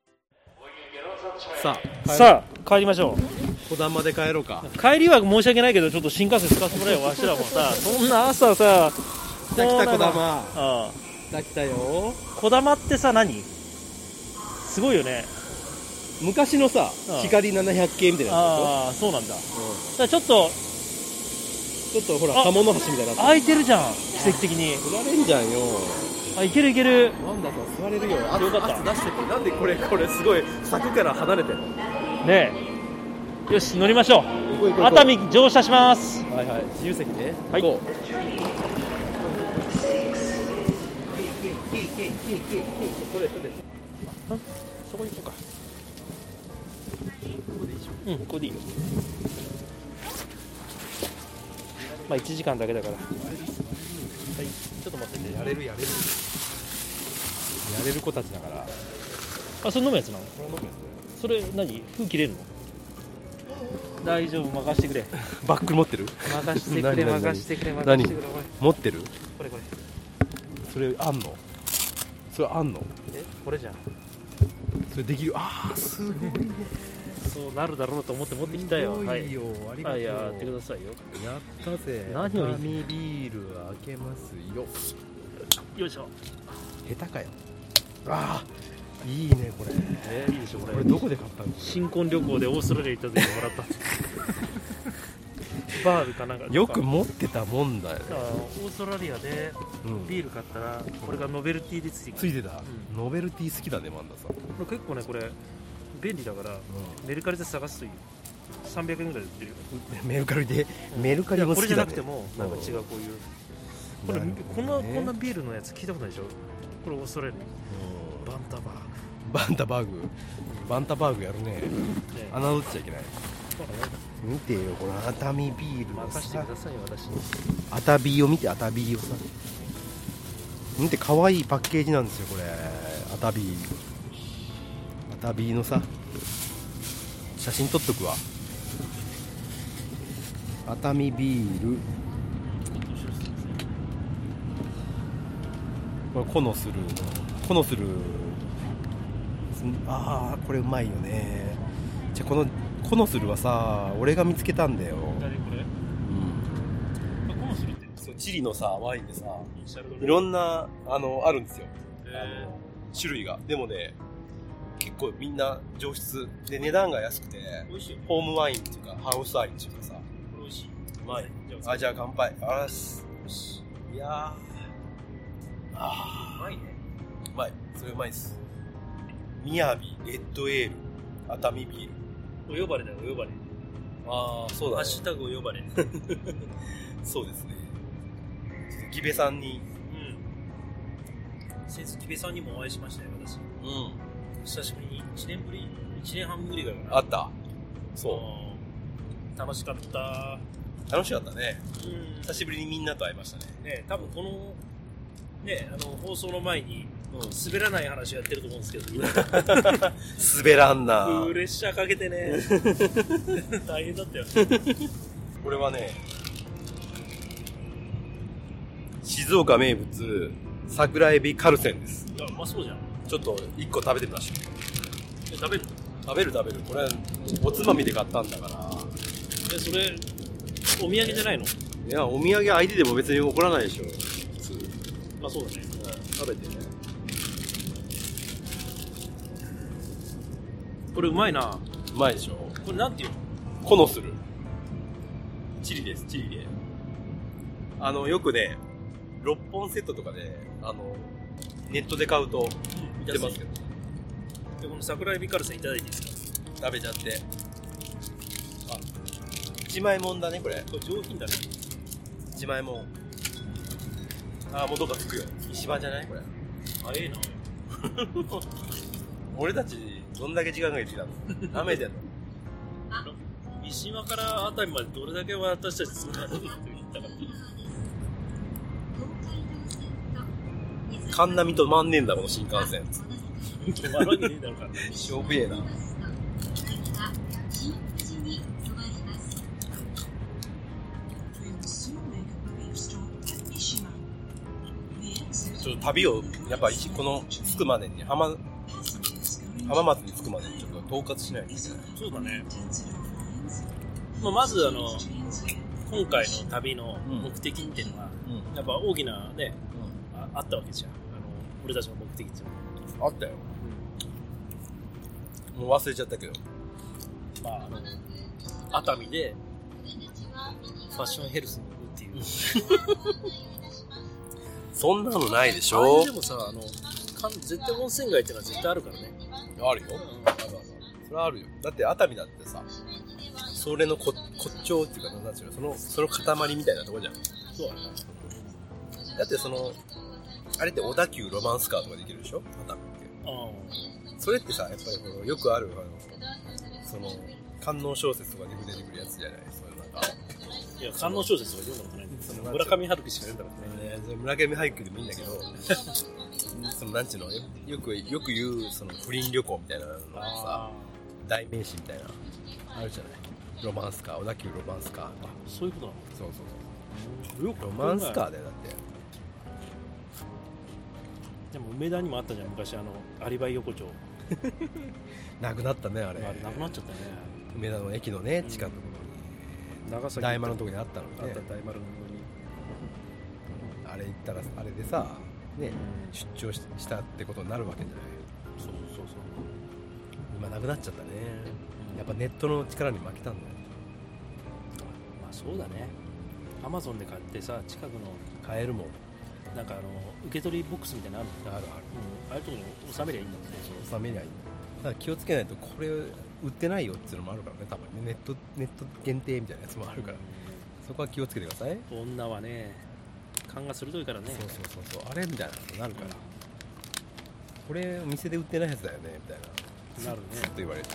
さあ、 さあ、帰りましょう。 小玉で帰ろうか。 帰りは申し訳ないけど、ちょっと新幹線使わせてもらえよ、わしらもさ、そんな朝さ、 来た来た小玉。 ああ。 来た来たよ。 小玉ってさ、何？すごいよね。 昔のさ、光ななひゃく系みたいなやつでしょ。 ああ、そうなんだ。うん、じゃあちょっと、 ちょっとほら、鴨の橋みたいな。 空いてるじゃん、奇跡的に。 座れんじゃんよ。 あ、いけるいける。 なんだか座れるよ。 あ、よかった。 出してて、なんでこれ、これすごい、柵から離れてるの？ ねえ。よし、乗りましょう。熱海乗車します。 はいはい、自由席ね。 はい。そこ行こうか。うん、ここでいいよ。まあいちじかんだけだから。はい、ちょっと待ってて。 やれるやれる。やれる子たちだから。 あ、それ飲むやつなの？それ何？封切れるの？大丈夫、任してくれ。 バッグ持ってる？ 任してくれ、任してくれ、任してくれ。 持ってる？ これこれ。 それあんの？それあんの？ え、これじゃん。 それできる。ああ、すごいね。 そうなるだろうと思って持ってきたよ。 すごいよ、ありがとう。 はい、やってくださいよ。 やったぜ。 何を熱海ビール開けますよ。 よいしょ。 下手かよ。ああ、いいねこれ。 えー、いいでしょこれ。 これどこで買ったの？ 新婚旅行でオーストラリア行った時にもらった。バールかなんか。 よく持ってたもんだよね。 オーストラリアでビール買ったら、これがノベルティでついてついてた、うん、ノベルティ好きだね、マンダさん。 これ結構ね、これ便利だから、うん、メルカリで探すといいよ。さんびゃくえんぐらいで売ってるよ。 メルカリで、うん、メルカリも好きだね。 これじゃなくてもなんか違う、こういうこれ、ね、こんなこんなビールのやつ聞いたことないでしょ。これオーストラリア、うん、バンタバーグバンタバーグバンタバーグやるね。ね、侮っちゃいけない。見てよ、この熱海ビールのさ、 任せてくださいよ、私に。 アタビーを見て、アタビーをさ、見て、可愛いパッケージなんですよ、これ。アタビーアタビーのさ、写真撮っとくわ。熱海ビールこれコノスルコノスルああこれうまいよね。じゃあこのコノスルはさ俺が見つけたんだよ。 誰これ？うん。コノスルってそうチリのさワインでさいろんなあのあるんですよ、 えあの種類が。でもね結構みんな上質で値段が安くて美味しいよね。 ホームワインっていうかハウスワインっていうかさこれ美味しい。 うまい。 じゃああじゃあ乾杯。あーすいやーあうまいね。 ーうまい。それうまいです。みやびレッドエール熱海ビール。 お呼ばれだよ、お呼ばれ。 ああそうだね。 ハッシュタグお呼ばれ。 そうですね。ギベさんにうん。先日、木部さんにもお会いしましたよ、私。 うん久しぶりに、いちねんぶり ?いち 年半ぶりぐらいかな。 あったそううん。楽しかった。 楽しかったね。 うん。 久しぶりにみんなと会いましたね。 ね、多分この、ね、あの、放送の前に、滑らない話をやってると思うんですけど、 滑らんなプレッシャーかけてね、大変だったよ。 これはね、静岡名物、桜エビカルセンです。 いや、うまそうじゃん。 ちょっと一個食べてみましょえ食べるう。食べる食べる。これ、おつまみで買ったんだから。 え、それ、お土産じゃないの？ いや、お土産相手でも別に怒らないでしょ。普通。 まあそうだね。 うん、食べてね。 これうまいな。 うまいでしょ。 これなんていうの？ コノスル。チリです、チリで。あの、よくね、ろっぽんセットとかで、あの、ネットで買うと売ってますけど。 で、この桜エビカルセンいただいていいですか？ 食べちゃって。あ、一枚もんだね、これ。 これ上品だね。 一枚もん。あ、もうどっかつくよ。石場じゃないこれ。 あ、ええな。 俺たち、どんだけ時間かけてきたの舐めてんの三島から熱海までどれだけ私たち住んだのって言ったから。 神波と万年だこの新幹線。 止まるわけねえだろからね。 勝負ええな。ちょっと旅をやっぱこの着くまでに浜浜松に着くまでにちょっと統括しないといけない。 そうだね。まあ、まずあの今回の旅の目的っていうのは、うん、やっぱ大きなね、うん、あ, あったわけじゃん。あの俺たちの目的っていうのはあったよ、うん、もう忘れちゃったけど、 まああの熱海でファッションヘルスに行くっていうそんなのないでしあょ。 れでもさ、あの絶対温泉街っていうのは絶対あるからね。 あるよ、うん、あるある。それはあるよ。だって熱海だってさ、それの骨頂っていうか、なんていうの、そのその塊みたいなとこじゃん。 そうだね。 だってそのあれって小田急ロマンスカーとかできるでしょ、熱海って。 あそれってさ、やっぱりこのよくあるあのその官能小説とかで出てくるやつじゃない。そういうなんかいや官能小説は読んだことないんだけど、その村上春樹しか読んだことない。 えー、村上俳句でもいいんだけどそのなんちゅうの、よくよく言うその不倫旅行みたいなのがさ、代名詞みたいなあるじゃない。ロマンスカー、小田急ロマンスカー。あ、 そういうことなの。 そうそうそう。 よくロマンスカーだよだって。 でも梅田にもあったじゃん昔、あのアリバイ横丁。 なくなったねあれ。 あれなくなっちゃったね。 梅田の駅のね近くのところに、長崎大丸のところにあったのね。 あった大丸のところに。 あれ行ったらあれでさ、ね、出張 し, したってことになるわけじゃない。 そうそうそう。 今なくなっちゃったね。やっぱネットの力に負けたんだよ。 まあそうだね。アマゾンで買ってさ、近くの買えるもん。 なんかあの受け取りボックスみたいなのある。 あるある。 うん、ああいうとこに収めりゃいいんだもんね。 そう収めりゃいい。ただ気をつけないと、これ売ってないよっていうのもあるからね、多分ね。ネットネット限定みたいなやつもあるから、うん、そこは気をつけてください。 女はね、勘が鋭いからね。 そうそうそうそう、あれみたいなことになるから、うん、これお店で売ってないやつだよねみたいな。なるね。ずっと言われちゃう。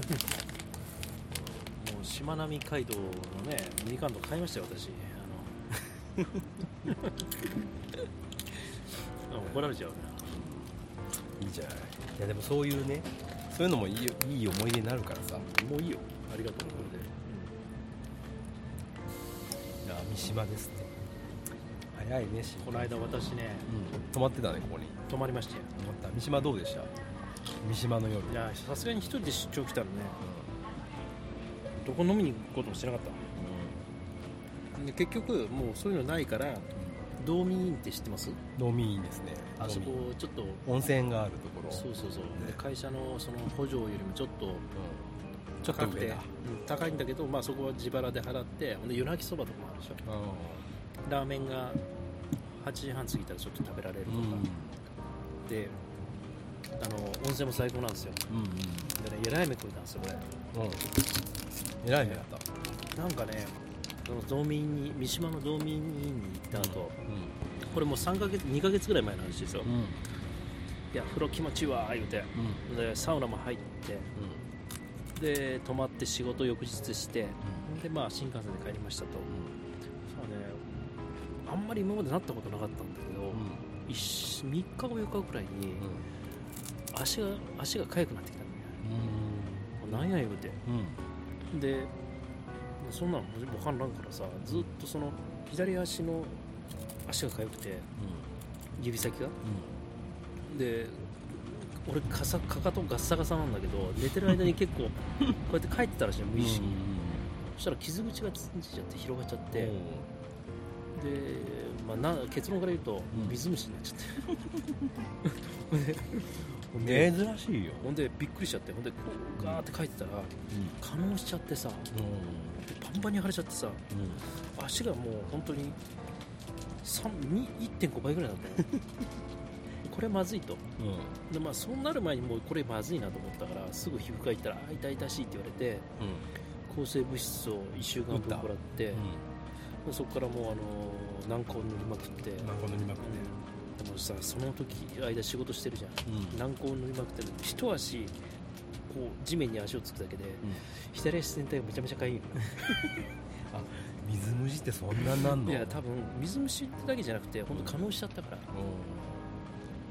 もうしまなみ海道のねミニカント買いましたよ私。あの怒られちゃうね。 いいじゃない。いやでもそういうね、そういうのもいいよ、いい思い出になるからさ。 もういいよ。ありがとうこれで。 うん、いや三島ですね。はい。 早いね。 この間私ね、 うん、泊まってたね、ここに。 泊まりましたよ。 泊まった。三島どうでした？三島の夜。 いや、さすがに一人で出張来たらね、うん、どこ飲みに行くこともしてなかった、うん、で結局もうそういうのないから、道民院って知ってます？ 道民院ですね。 あそこちょっと温泉があるところ。 そうそうそう、ね、会社のその補助よりもちょっと、うん、 ちょっと上だ、 うん、高いんだけど、まあ、そこは自腹で払って、ほんで夜泣きそばとかもあるでしょ、うん、ラーメンがはちじはん過ぎたらちょっと食べられるとか、うん、であの温泉も最高なんですよ、うんうん、でね、えらい目こいたんですよこれ、うん、 えらい目だった。 なんかね、その道民に三島の道民院に行った後、うんうん、これもうさんかげつにかげつぐらい前の話ですよ、うん、いや風呂気持ちいいわー言うて、うん、でサウナも入って、うん、で泊まって仕事翌日して、うん、でまあ新幹線で帰りましたと、うん、そうね、あんまり今までなったことなかったんだけど、うん、みっかごよっかぐらいに、うん、足が足が痒くなってきたんだよ、うん、なんや言うて、うん、でそんなの分からんからさ、ずっとその左足の足が痒くて、うん、指先が、うん、で俺かさかかとガッサガサなんだけど、寝てる間に結構こうやって帰ってたらしいの、無意識に、うん、そしたら傷口がついちゃって広がっちゃって、で、まあ、な結論から言うと水虫になっちゃって、 うん、珍しいよ。 ほんでびっくりしちゃって、ほんでこうガーって書いてたら、うん、可能しちゃってさ、うん、パンパンに腫れちゃってさ、うん、足がもう本当にいってんごばいぐらいだったのこれまずいと、うん、でまあ、そうなる前にもうこれまずいなと思ったから、すぐ皮膚科行ったらあ痛々しいって言われて、うん、抗生物質をいっしゅうかんぶんもらって、うん、そこからもうあの軟膏塗りまくって軟膏塗りまくって、 うん、でもさ、その時間仕事してるじゃん、うん、軟膏塗りまくってる、一足こう地面に足をつくだけで、うん、左足全体がめちゃめちゃかゆいのあ、水虫ってそんなになんの？ いや多分水虫だけじゃなくて本当可能しちゃったから、うん、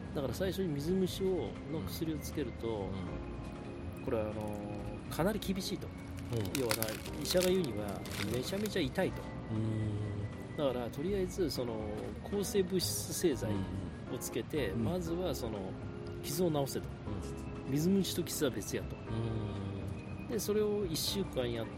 だから最初に水虫をの薬をつけると、うん、これはあのかなり厳しいと、うん、要はな医者が言うにはめちゃめちゃ痛いと、うん、だからとりあえずその抗生物質製剤をつけて、うん、まずはその傷を治せと、うん、水虫と傷は別やと、うん、でそれをいっしゅうかんやって、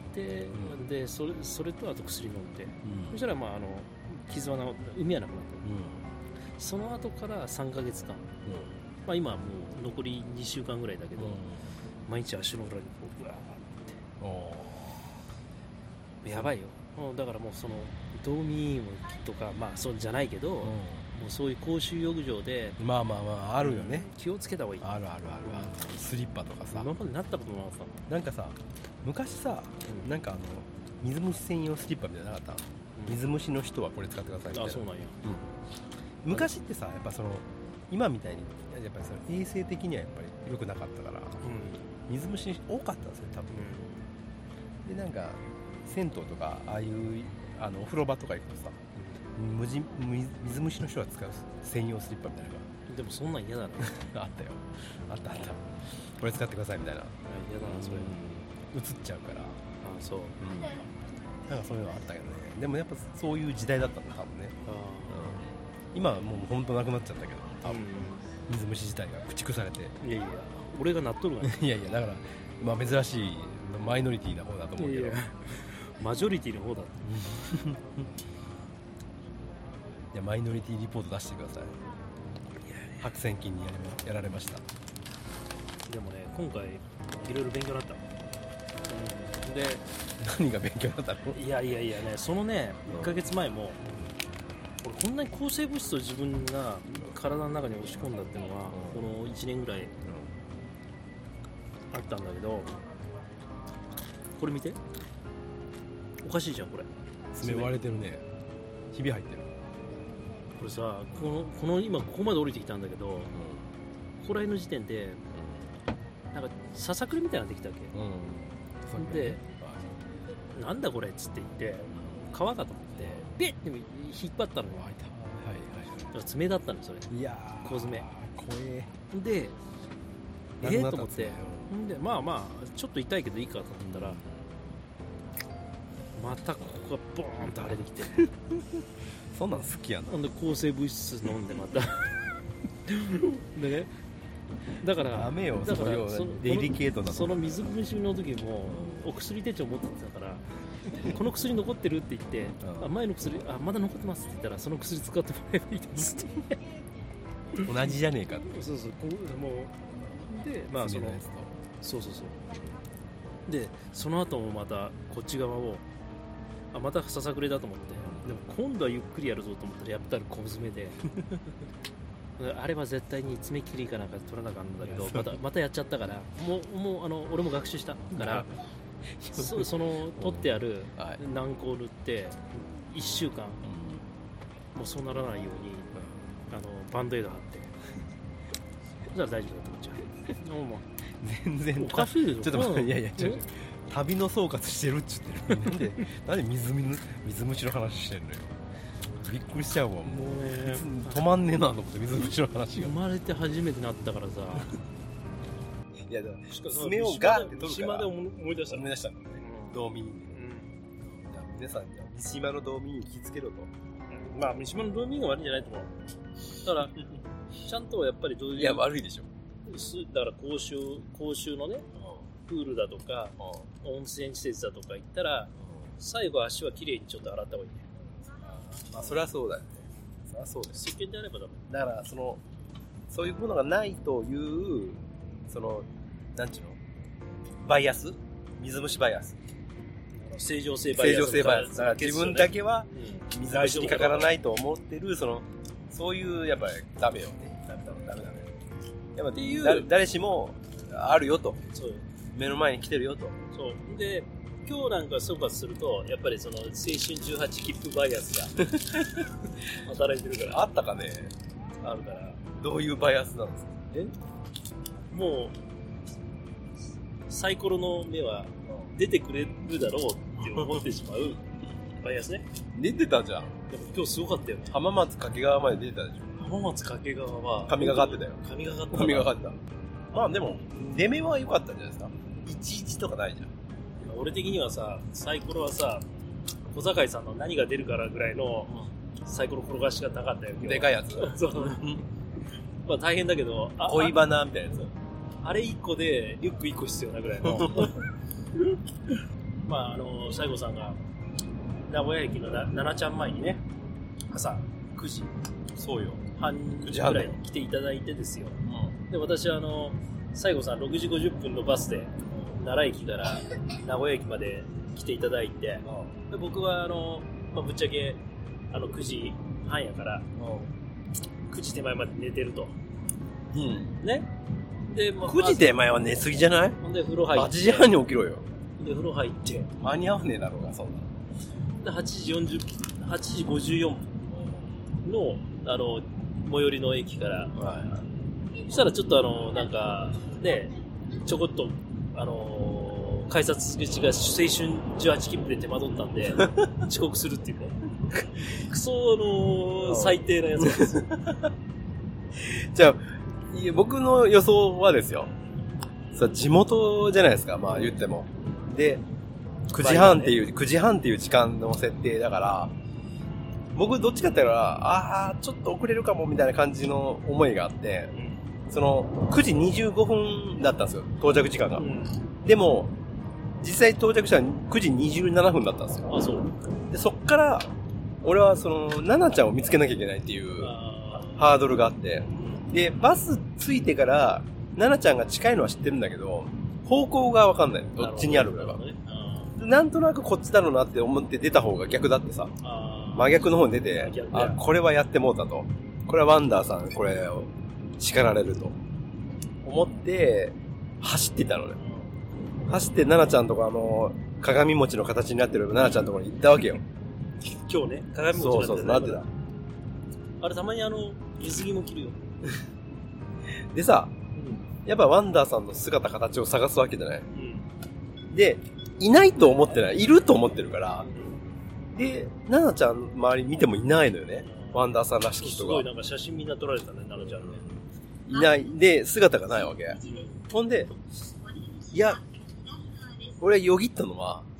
うん、で そ, れそれとあと薬飲んで、うん、そしたら、まあ、あの傷は治って海はなくなった、うん、その後からさんかげつかん、うん、まあ、今はもう残りにしゅうかんぐらいだけど、うん、毎日足の裏にこううわーってやばいよ。だからもうその道民院とか、まあそうじゃないけど、うん、もうそういう公衆浴場でまあまあまああるよね、 うん、気をつけた方がいい。 あるあるあるある、スリッパとかさ、 今までなったことなかったの。 なんかさ昔さ、うん、なんかあの水虫専用スリッパみたいなのなかった、うん、水虫の人はこれ使ってくださいみたいな。 あ、そうなんや、 うん、昔ってさやっぱその今みたいにやっぱりその衛生的にはやっぱり良くなかったから、うん、水虫多かったんですよ多分、うん、でなんか銭湯とかああいうあのお風呂場とか行くとさ、うん、無じ水虫の人が使う専用スリッパみたいなのがでもそんなん嫌だなあったよ、あったあった、これ使ってくださいみたいな。 嫌だなそれ、 うん、映っちゃうから。ああそう、うん、 なんかそういうのあったけどね。でもやっぱそういう時代だったんだ多分ね。あ、うん、今はもう本当なくなっちゃったけど多分、うん、水虫自体が駆逐されて。いやいや俺がなっとるわ、ね、 いやいやだからまあ珍しいマイノリティな方だと思うけど。いやいやマジョリティの方だいやマイノリティリポート出してください。白癬菌にやれやられました。 でもね今回いろいろ勉強になった、うん、で何が勉強になったの？ いやいやいやね、そのねいっかげつまえも俺こんなに抗生物質を自分が体の中に押し込んだっていうのはこのいちねんぐらいあったんだけど、これ見て、おかしいじゃんこれ。 爪割れてるね。ひび入ってる。 これさ、この、この今ここまで降りてきたんだけど、うん、ここら辺の時点で、うん、なんかささくれみたいなのできたわけ、うん、で、なんだこれっつって言って、皮かと思ってビッて引っ張ったのよ。はいはい、だから爪だったのそれ。いやー小爪。怖え。で、えー、と思って、んでまあまあちょっと痛いけどいいかと思ったら、 またここがボーンと腫れてきてそんなん好きやな。 ほんで抗生物質飲んでまたでね、だからダメよ、 だからそのそのデリケートなその水虫の時もお薬手帳持ってたからこの薬残ってるって言って、 うんあ前の薬あまだ残ってますって言ったらその薬使ってもらえばいいですって同じじゃねえかって。 そうそう、こうもうでまあその爪のやつとそうそうそうでその後もまたこっち側をあまたささくれだと思って、でも今度はゆっくりやるぞと思ったらやったら小爪であれは絶対に爪切りかなんか取らなかったんだけどまたまたやっちゃったからもうもうあの俺も学習したからそ, その取ってあるはい軟膏を塗っていっしゅうかんもうそうならないようにあのバンドエイド貼ってそしたら大丈夫だと思っちゃうもうもう全然おかしいでしょちょっと待って、いやいや、ちょっえと旅の総括してるっちゅってる。なんで、なんで水み水虫の話してんのよ。びっくりしちゃうわ。もうもうね止まんねえなと思って、水虫の話が。 生まれて初めてなったからさいや、でも爪をガーって取るから。 島で思い出した思い出したのね。道民。じゃあ皆さん、じゃあ三島の道民に気をつけろと。 まあ三島の道民が悪いんじゃないと思うだからちゃんとやっぱりどういういや、悪いでしょ。 だから公衆公衆のねプールだとか温泉施設だとか行ったら最後足はきれいにちょっと洗った方がいいね。 まあ、それはそうだよね。それはそうです。 石鹸であればダメ。 だから、その、そういうものがないという、その、なんちゅうのバイアス水虫バイアス。 正常性バイアス。 正常性バイアス。だから自分だけはうん水虫にかからないと思ってる、その、そういう、やっぱりダメよね。ダメダメダメダメ。やっぱっていうだ誰しもあるよと。 そう目の前に来てるよと。 そうで今日なんか総括するとやっぱりその青春じゅうはち切符バイアスが働いてるからあったかねあるからどういうバイアスなんですかえもうサイコロの目は出てくれるだろうって思ってしまうバイアスね。 出てたじゃん。 でも今日すごかったよね。 浜松掛川まで出てたでしょ。 浜松掛川は神がかってたよ。 神がかってた。 神がかってた。まあでも、出目は良かったんじゃないですか。いちいちとかないじゃん。 俺的にはさ、サイコロはさ、小坂井さんの何が出るからぐらいのサイコロ転がしがなかったよ。 でかいやつ。 そうまあ大変だけど、あ恋バナみたいなやつ。 あれいっこでリュックいっこ必要なぐらいのまああの西郷さんが名古屋駅のなななちゃん前にね朝くじそうよ半ぐらいに来ていただいてですよ、うん、で私はあの西郷さんろくじごじゅっぷんのバスで奈良駅から名古屋駅まで来ていただいて、うん、で僕はあの、まあ、ぶっちゃけあのくじはんやから、うん、くじ手前まで寝てると、うん、ねで、まあ、 くじ手前は寝すぎじゃない？ ほんで風呂入ってはちじはんに起きろよ。 で風呂入って間に合わねえだろうがそんな。 ではちじよんじゅう、はちじごじゅうよんぷんのあの最寄りの駅から、はい、そしたらちょっとあのなんかねちょこっとあの改札口が青春じゅうはち切符で手間取ったんで遅刻するっていうねクソあの最低なやつなんですよ。 じゃあいや僕の予想はですよ。さ地元じゃないですか。まあ言ってもでくじはんっていう、ね、くじはんっていう時間の設定だから、僕どっちかって言ったら、ああ、ちょっと遅れるかもみたいな感じの思いがあって、うん、その、くじにじゅうごふんだったんですよ、到着時間が。うん、でも、実際到着したのはくじにじゅうななふんだったんですよ。 あ、そう。 で、そっから、俺はその、ナナちゃんを見つけなきゃいけないっていうハードルがあって、で、バス着いてから、ナナちゃんが近いのは知ってるんだけど、方向がわかんない。どっちにあるかが。なんとなくこっちだろうなって思って出た方が逆だってさ、真逆の方に出て、あ、これはやってもうたと。これはワンダーさん、これを叱られると。思って、走ってたのね。走ってナナちゃんとかあの、鏡餅の形になってるナナちゃんのところに行ったわけよ。 今日ね、鏡餅になってる。 そうそうそう、なってた。あれたまにあの、水着も着るよ。 でさ、うん、やっぱワンダーさんの姿形を探すわけじゃない。うん、で、いないと思ってない。いると思ってるから。で、ナナちゃん周り見てもいないのよね。ワンダーさんらしき人が。 すごいなんか写真みんな撮られたね、ナナちゃんね。 いない。で、姿がないわけ。ほんで、いや、俺よぎったのは、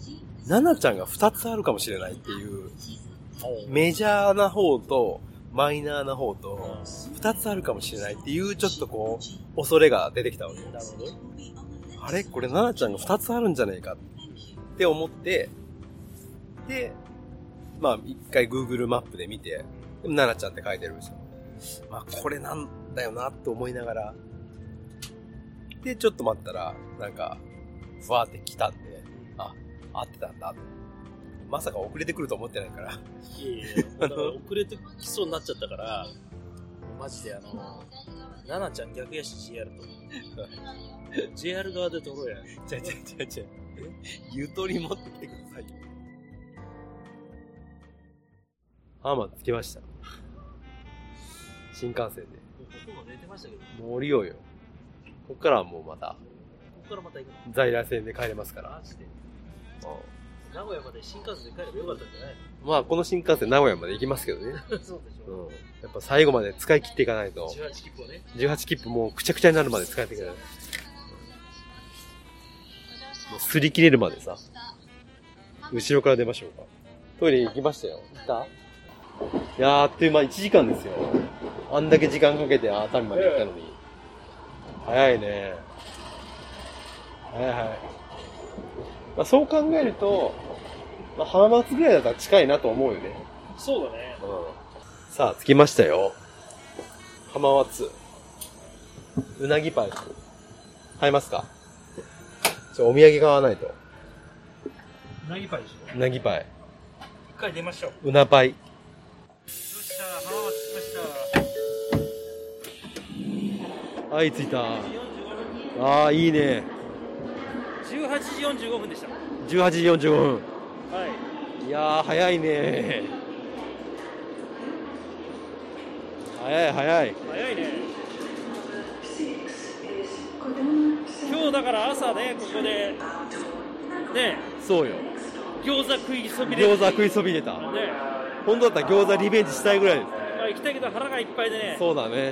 ナナちゃんがふたつあるかもしれないっていう、メジャーな方とマイナーな方とふたつあるかもしれないっていうちょっとこう恐れが出てきたわけ。なるほど。あれこれナナちゃんがふたつあるんじゃないかって思って、で、まあ一回 Google マップで見て、でもナナちゃんって書いてるんですよ。まあこれなんだよなって思いながら、でちょっと待ったらなんかふわーって来たんで、あ、合ってたんだ。まさか遅れてくると思ってないから。 いやいや、だから遅れてきそうになっちゃったから、マジであの、ナナちゃん逆やし ジェイアール と。ジェイアール 側で撮ろうや。 ちゃちゃちゃちゃ。ゆとり持ってきてくださいよ。浜松着きました。新幹線で。 ほとんど寝てましたけど。 もう降りようよ。こっからはもうまた。 こっからまた行くの？ 在来線で帰れますから。 マジで。名古屋まで新幹線で帰ればよかったんじゃないの？ まあこの新幹線名古屋まで行きますけどね。 そうでしょ。 うん。やっぱ最後まで使い切っていかないと。 じゅうはち切符をね。 じゅうはち切符もうくちゃくちゃになるまで使っていかない。もう擦り切れるまでさ。後ろから出ましょうか。トイレ行きましたよ。行った？いやー、あっという間いちじかんですよ。あんだけ時間かけて熱海まで行ったのに。早いね。早い早い。まあ、そう考えると、まあ、浜松ぐらいだったら近いなと思うよね。 そうだね。 うん。さあ、着きましたよ。浜松。うなぎパイ。買いますか？ちょ、お土産買わないと。 うなぎパイでしょ？ うなぎパイ。 一回出ましょう。 うなパイ。 よっしゃ、浜松着きました。 はい、着いた。ああ、いいね。 じゅうはちじよんじゅうごふんでした。 じゅうはちじよんじゅうごふん。 はい。 いやー、早いね。早い早い。 早いね。今日だから朝ね、ここで、ね、 そうよ。 餃子食いそびれ餃子食いそびれた。 ね。 本当だったら餃子リベンジしたいぐらいです。 まあ、行きたいけど腹がいっぱいでね。 そうだね。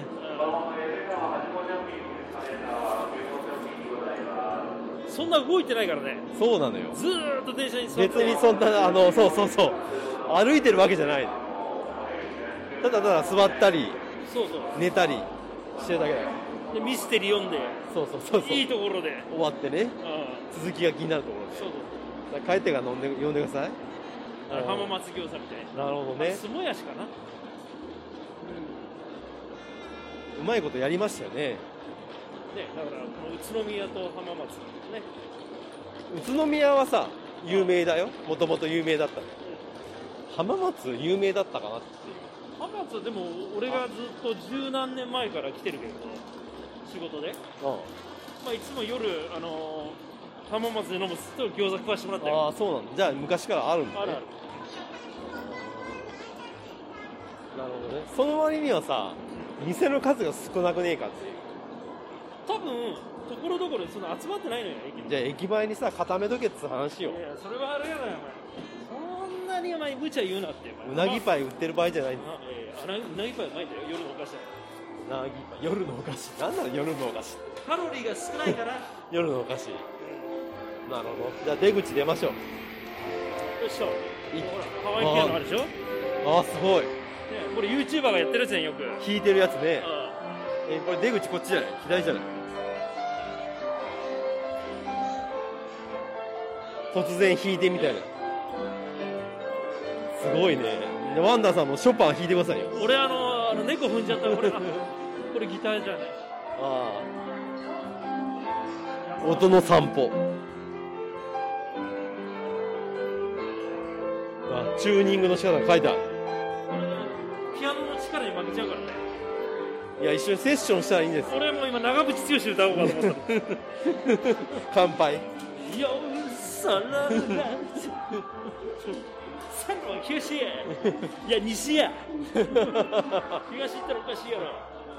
そんな動いてないからね。 そうなのよ。 ずーっと電車に座って。 別にそんな、あの、そうそうそう。歩いてるわけじゃない。ただただ座ったり、 そうそう。 寝たりしてるだけだよ。 で、ミステリー読んで、 そうそうそうそう。 いいところで。 終わってね、 うん。 続きが気になるところで。 そうそう。 帰ってから飲んで、呼んでください。 あの浜松餃子みたいな。 なるほどね。 すもやしかな。 うまいことやりましたよね。 ね、だからこの宇都宮と浜松ね。 宇都宮はさ、有名だよ。もともと有名だったの。浜松有名だったかなっていう。 浜松はでも俺がずっと十何年前から来てるけど、仕事で。 うん。 まあいつも夜あのー、浜松で飲むと餃子食わしてもらったよ。 ああ、そうなんだ。じゃあ昔からあるんだね。 あるある。 なるほどね。その割にはさ、店の数が少なくねえかっていう。 多分ところどころにそんな集まってないのよ、駅に。 じゃあ駅前にさ、固めとけっつう話よ。 いや、それはあれやなよ、お前。そんなにお前無茶言うなって。 うなぎパイ売ってる場合じゃないんだ。 あ、えー、あうなぎパイうまいんだよ、夜のお菓子だ。 うなぎパイ。夜のお菓子。なんなの夜のお菓子。 カロリーが少ないから夜のお菓子。なるほど。じゃあ出口出ましょう。 よいしょ。ほら、ハワイピアノあるでしょ。 ああ、すごい。 ね、これ YouTuber がやってるやつやん、よく。 弾いてるやつね。 あえ、これ出口こっちじゃない？左じゃない？突然弾いてみたいな。すごいね。ワンダーさんもショパン弾いてくださいよ。 俺あの、あの猫踏んじゃったこれ、これギターじゃない。 ああ。音の散歩。あ、チューニングの仕方が書いてある。 ピアノの力に負けちゃうからね。 いや、一緒にセッションしたらいいんです。 俺も今長渕剛歌おうかと思った乾杯。 よさららさんのは東やいや西や東行ったらおかしいやろ。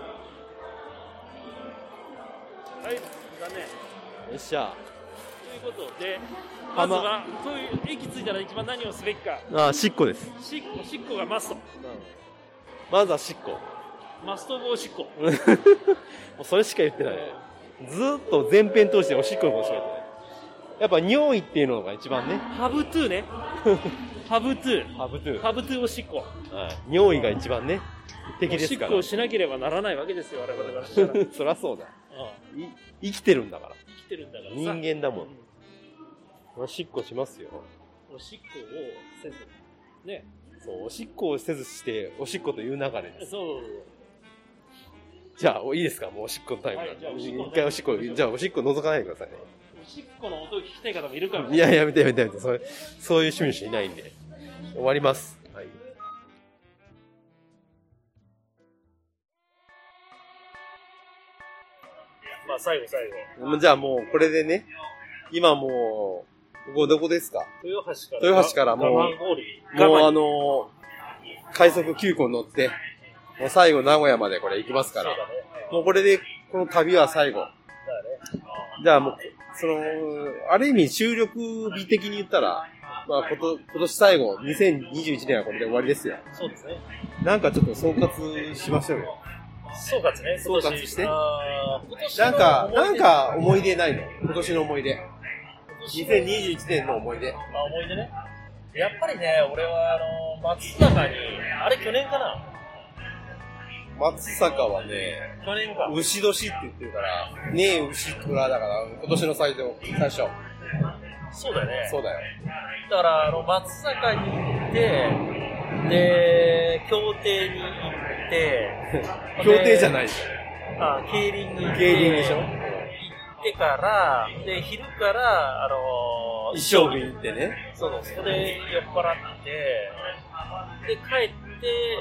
はい、だね。 よっしゃ。 ということで、まずはという駅着いたら一番何をすべきか。 ああ、しっこです。 しっこ、しっこがマスト。 まずはしっこ。 マストオブおしっこ。 もうそれしか言ってない。ずーっと前編通しておしっこのことしか言ってない。 やっぱ匂いっていうのが一番ね。 ハブトゥーね。ハブトゥー。 ハブトゥー。 ハブトゥーおしっこ。 はい。匂いが一番ね、敵ですから。 おしっこをしなければならないわけですよ、我々からしたら。 そりゃそうだ。 うん、 い生きてるんだから。 生きてるんだからさ。 人間だもん。うん、おしっこしますよ。 おしっこをせず。ね。 そう、おしっこをせずして、おしっこという流れです。 そう。 じゃあ、いいですか、もうおしっこのタイムなんで。はい、一回おしっこ、じゃあおしっこ覗かないでくださいね。 おしっこの音を聞きたい方もいるから、ね。 いや、やめてやめてやめて。それ、そういう趣味の人いないんで。終わります。はい。 まあ、最後最後。 じゃあもう、これでね、今もう、ここどこですか？ 豊橋から。 豊橋からもう、もうあの、快速急行に乗って、もう最後名古屋までこれ行きますから、ね、もうこれでこの旅は最後。ね、じゃあもう、その、ある意味収録日的に言ったら、まあこと今年最後、にせんにじゅういちねんはこれで終わりですよ。 そうですね。 なんかちょっと総括しましょうよ。 総括ね。 総括して。なんか、なんか思い出ないの？今年の思い出。にせんにじゅういちねんの思い出。 あ、思い出ね。やっぱりね、俺はあの、松坂に、あれ去年かな？ 松坂はね、 去年か。 牛年って言ってるから、ねえ牛虎だから、今年の最初、最初。 そうだよね。 そうだよ。 だから、あの、松坂に行って、で、競艇に行って、 競艇じゃないでしょ。あ、競輪に行って、 競輪でしょ。 行ってから、で、昼から、あのー、一升瓶行ってね。 そうそう、それで酔っ払って、で、帰って、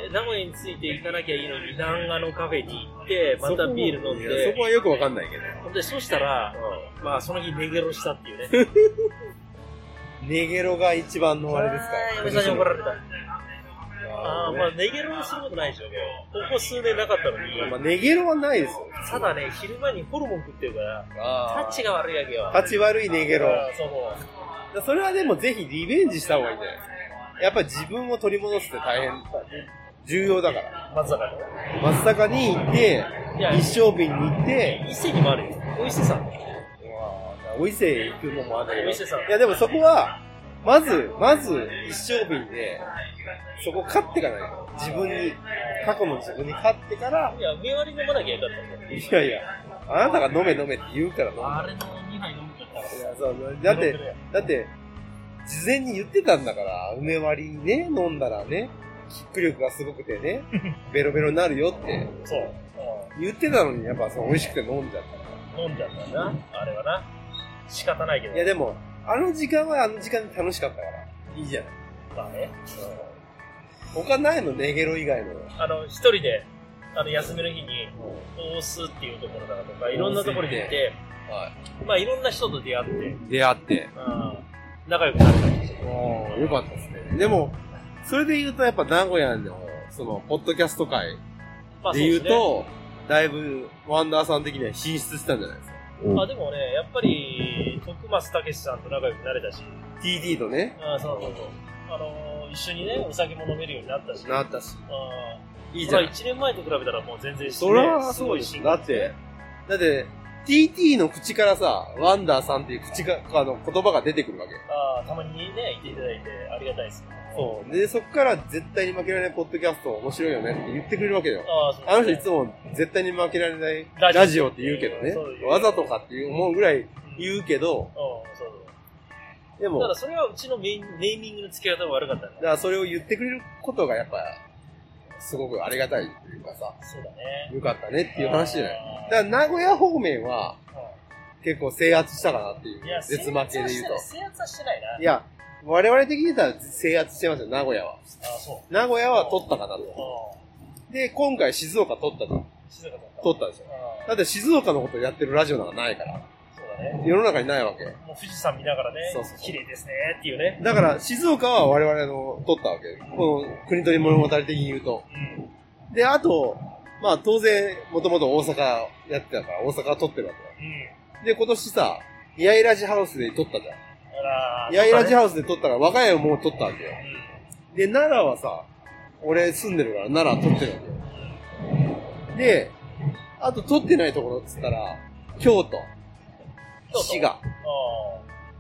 名古屋に着いて行かなきゃいいのに、南賀のカフェに行って、またビール飲んで。 そこはよくわかんないけど。 で、そしたら、うん、まあ、その日ネゲロしたっていうね。 ネゲロが一番のあれですか？ 嫁さんに怒られた。ああ、まあ、ネゲロすることないでしょうけど、ここ数年なかったのに。 まあ、ネゲロはないですよ。 ただね、昼間にホルモン食ってるから、タッチが悪いわけよ。 タッチ悪いネゲロ。 そうそう。それはでもぜひリベンジした方がいいんじゃないですか。やっぱり自分を取り戻すって大変、重要だから。 松坂に松坂に行って、一升瓶に行って、 伊勢にもあるよ。お伊勢さん。 お伊勢行くのもあるけど。 お伊勢さん。 いやでもそこは、まず、まず一升瓶で、そこ勝ってからよ。自分に、過去の自分に勝ってから。 いや、梅割り飲まなきゃよかったんだよ。 いやいや、あなたが飲め飲めって言うから飲む。 あれのにはい飲むから。いや、 そう、だって、だって、事前に言ってたんだから、梅割りね、飲んだらね、キック力がすごくてね、ベロベロになるよって。 そう。 言ってたのに、やっぱそう美味しくて飲んじゃったから。 飲んじゃったな、あれはな。仕方ないけど。 いやでも、あの時間はあの時間で楽しかったから、いいじゃない。 まあね。 うん、他ないの、ネゲロ以外の。 あの、一人で、あの、休みの日に、大須っていうところだとか、いろんなところに行って、はい、まあいろんな人と出会って。 出会って。 うん仲良くなったんですよ。 ああ、よかったですね。でも、それで言うとやっぱ名古屋の、その、ポッドキャスト界で言うと、まあうね、だいぶ、ワンダーさん的には進出したんじゃないですか。 まあでもね、やっぱり、徳松武さんと仲良くなれたし。 ティーティー とね。 ああ、そうそうそう。あのー、一緒にね、お酒も飲めるようになったし。 なったし。 あいいじゃん。 いちねんまえと比べたらもう全然それはそうです。だって、だって、ティーティー の口からさ、ワンダーさんっていう口が、あの、言葉が出てくるわけ。 ああ、たまにね、言っていただいてありがたいです。 そう。で、そっから絶対に負けられないポッドキャスト面白いよねって言ってくれるわけよ。 ああ、そうですね。 あの人いつも絶対に負けられないラジオって言うけどね。わざとかって思うぐらい言うけど。うん、そうそう。でも。 ただそれはうちのネーミングの付け方が悪かったね。 だからそれを言ってくれることがやっぱ、すごくありがたいというかさ。 そうだね。 よかったねっていう話じゃない。だから名古屋方面は、結構制圧したかなっていう。 いや、 絶負けで言うと。 制圧はしてないな。 いや、我々的に言ったら制圧してますよ、名古屋は。 ああ、そう。 名古屋は取ったかなと。で、今回静岡取ったと。 静岡取った。 取ったんですよ。だって静岡のことやってるラジオなんかないから。 そうだね。 世の中にないわけ。 もう富士山見ながらね、そうそうそう綺麗ですねっていうね。 だから静岡は我々の取ったわけ。この国取り物語的に言うと。うん、で、あと、まあ当然、もともと大阪やってたから、大阪は取ってるわけだ。うん、で、今年さ、八重ラジハウスで撮ったじゃん。八重ラジハウスで撮ったから、和歌山も撮ったわけよ。うん、で、奈良はさ、俺住んでるから奈良撮ってるわけよ。で、あと撮ってないところっつったら、京都、滋賀。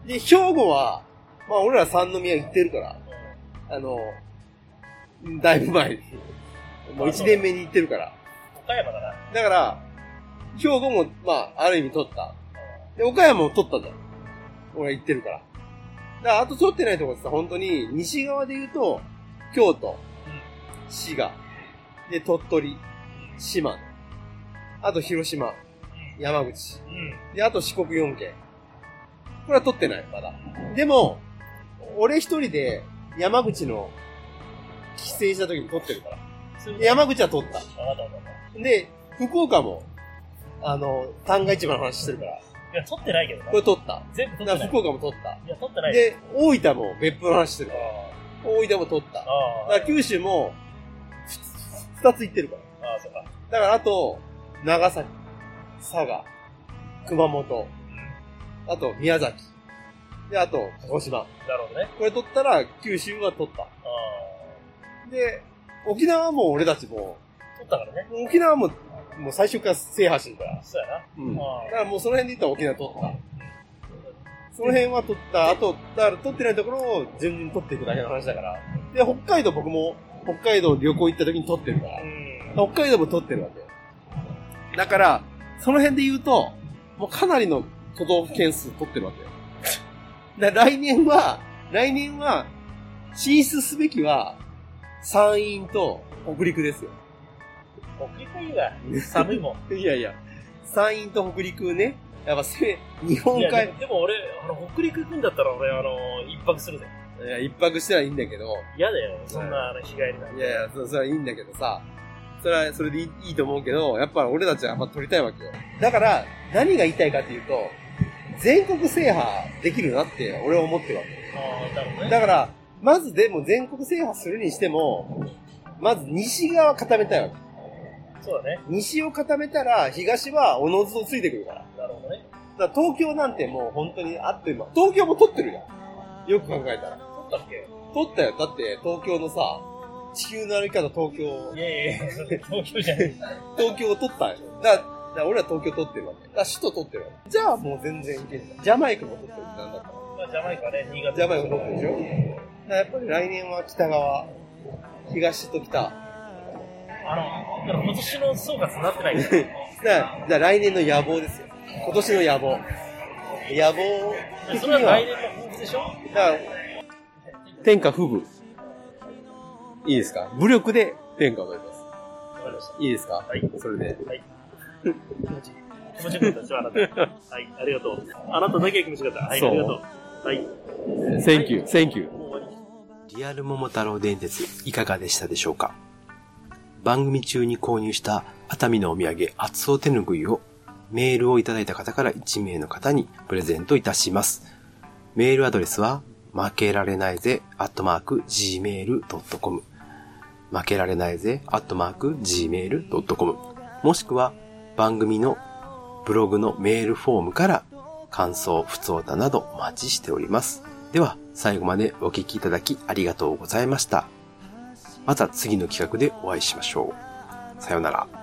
で、兵庫は、まあ俺ら三宮行ってるから、あの、だいぶ前に。もう一年目に行ってるから。 岡山だな。 だから、兵庫も、まあ、ある意味取った。で、岡山も取ったじゃん。俺行ってるから。だから、あと取ってないところってさ、本当に、西側で言うと、京都、滋賀、で、鳥取、島根、あと広島、山口、で、あと四国よんけん。これは取ってない、まだ。でも、俺一人で山口の帰省した時に取ってるから。山口は取った。で、福岡も、あの、旦過市場の話してるから。 いや、取ってないけどな。 これ取った。 全部取ってない。 福岡も取った。 いや、取ってない。 で、大分も別府の話してるから。大分も取った。だから九州も、二つ行ってるから。 ああ、そうか。 だからあと、長崎、佐賀、熊本、あと宮崎、で、あと鹿児島。 なるほどね。 これ取ったら九州は取った。あで、沖縄はもう俺たちも、 取ったからね。 沖縄も、もう最初から制覇してるから。 そうやな。 うん。だからもうその辺で言ったら沖縄取った。その辺は取った。あと、だから取ってないところを順々取っていくだけの話だから。で、北海道僕も、北海道旅行行った時に取ってるから。北海道も取ってるわけ。だから、その辺で言うと、もうかなりの都道府県数取ってるわけよ。だから来年は、来年は、進出すべきは、山陰と北陸ですよ。 北陸いいわ。寒いもん。 いやいや、山陰と北陸ね、やっぱせ、日本海。いやでも、でも俺、あの、北陸行くんだったら俺、あの、一泊するぜ。 いや、一泊したらいいんだけど。 嫌だよ、そんな、あの、日帰りなんて。 いやいや、そ、それはいいんだけどさ、それは、それでいい、いいと思うけど、やっぱ俺たちはやっぱ撮りたいわけよ。だから、何が言いたいかっていうと、全国制覇できるなって俺は思ってるわけ。 ああ、なるほどね。 だから、まずでも全国制覇するにしても、まず西側固めたいわけ。 そうだね。 西を固めたら、東はおのずとついてくるから。 なるほどね。 だから東京なんてもう本当にあっという間。東京も取ってるやん。よく考えたら。 取ったっけ？ 取ったよ。だって東京のさ、地球の歩き方東京。 いやいやいや、東京じゃない。 東京を取ったんよ。だから、だから俺は東京取ってるわけ。だから首都取ってるわけ。じゃあもう全然いけんじゃん。ジャマイカも取ってるなんだったら。 まあ、ジャマイカね、新潟。 ジャマイカ取ってるでしょ。だからやっぱり来年は北側、東と北。 あの、だから今年の総括になってないから。 だから、だから来年の野望ですよ。今年の野望。野望。 それは来年の抱負でしょ？ だから、天下不武。いいですか？武力で天下を取ります。 わかりました。 いいですか？ はい。 それで。 はい。気持ちいい。気持ちよかったですよ、あなた。はい、ありがとう。あなただけが気持ちよかった。はい、ありがとう。はい。 Thank you, thank you. リアル桃太郎電鉄いかがでしたでしょうか？番組中に購入した熱海のお土産熱尾手ぬぐいをメールをいただいた方からいち名の方にプレゼントいたします。メールアドレスは負けられないぜアットマーク ジーメールドットコム 負けられないぜアットマーク ジーメールドットコム もしくは番組のブログのメールフォームから感想、ふつおたなどお待ちしております。では最後までお聞きいただきありがとうございました。また次の企画でお会いしましょう。さようなら。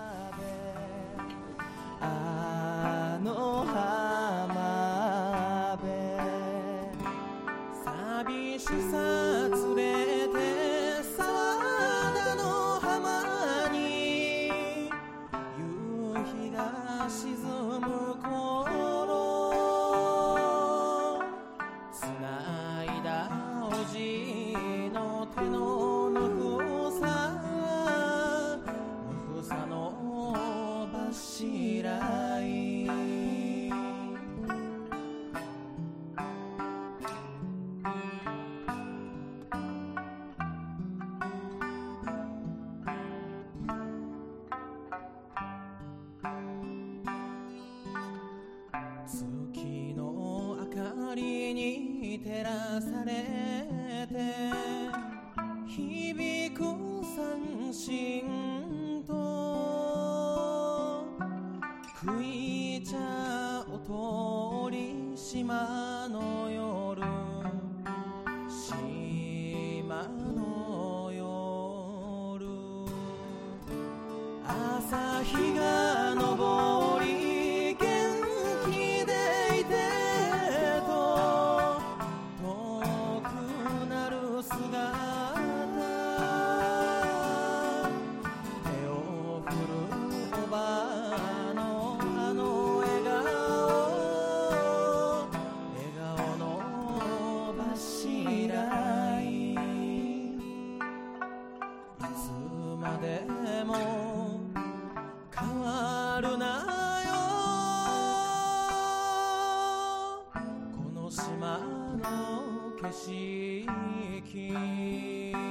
あの浜辺寂しさ連れて佐賀の浜に夕日が沈む頃繋いだおじの手のぬくさぬくさの柱い月の明かりに照らされて響く三振と食い茶を通り島の夜島の夜朝日が昇り元気でいてとるなよこの島の景色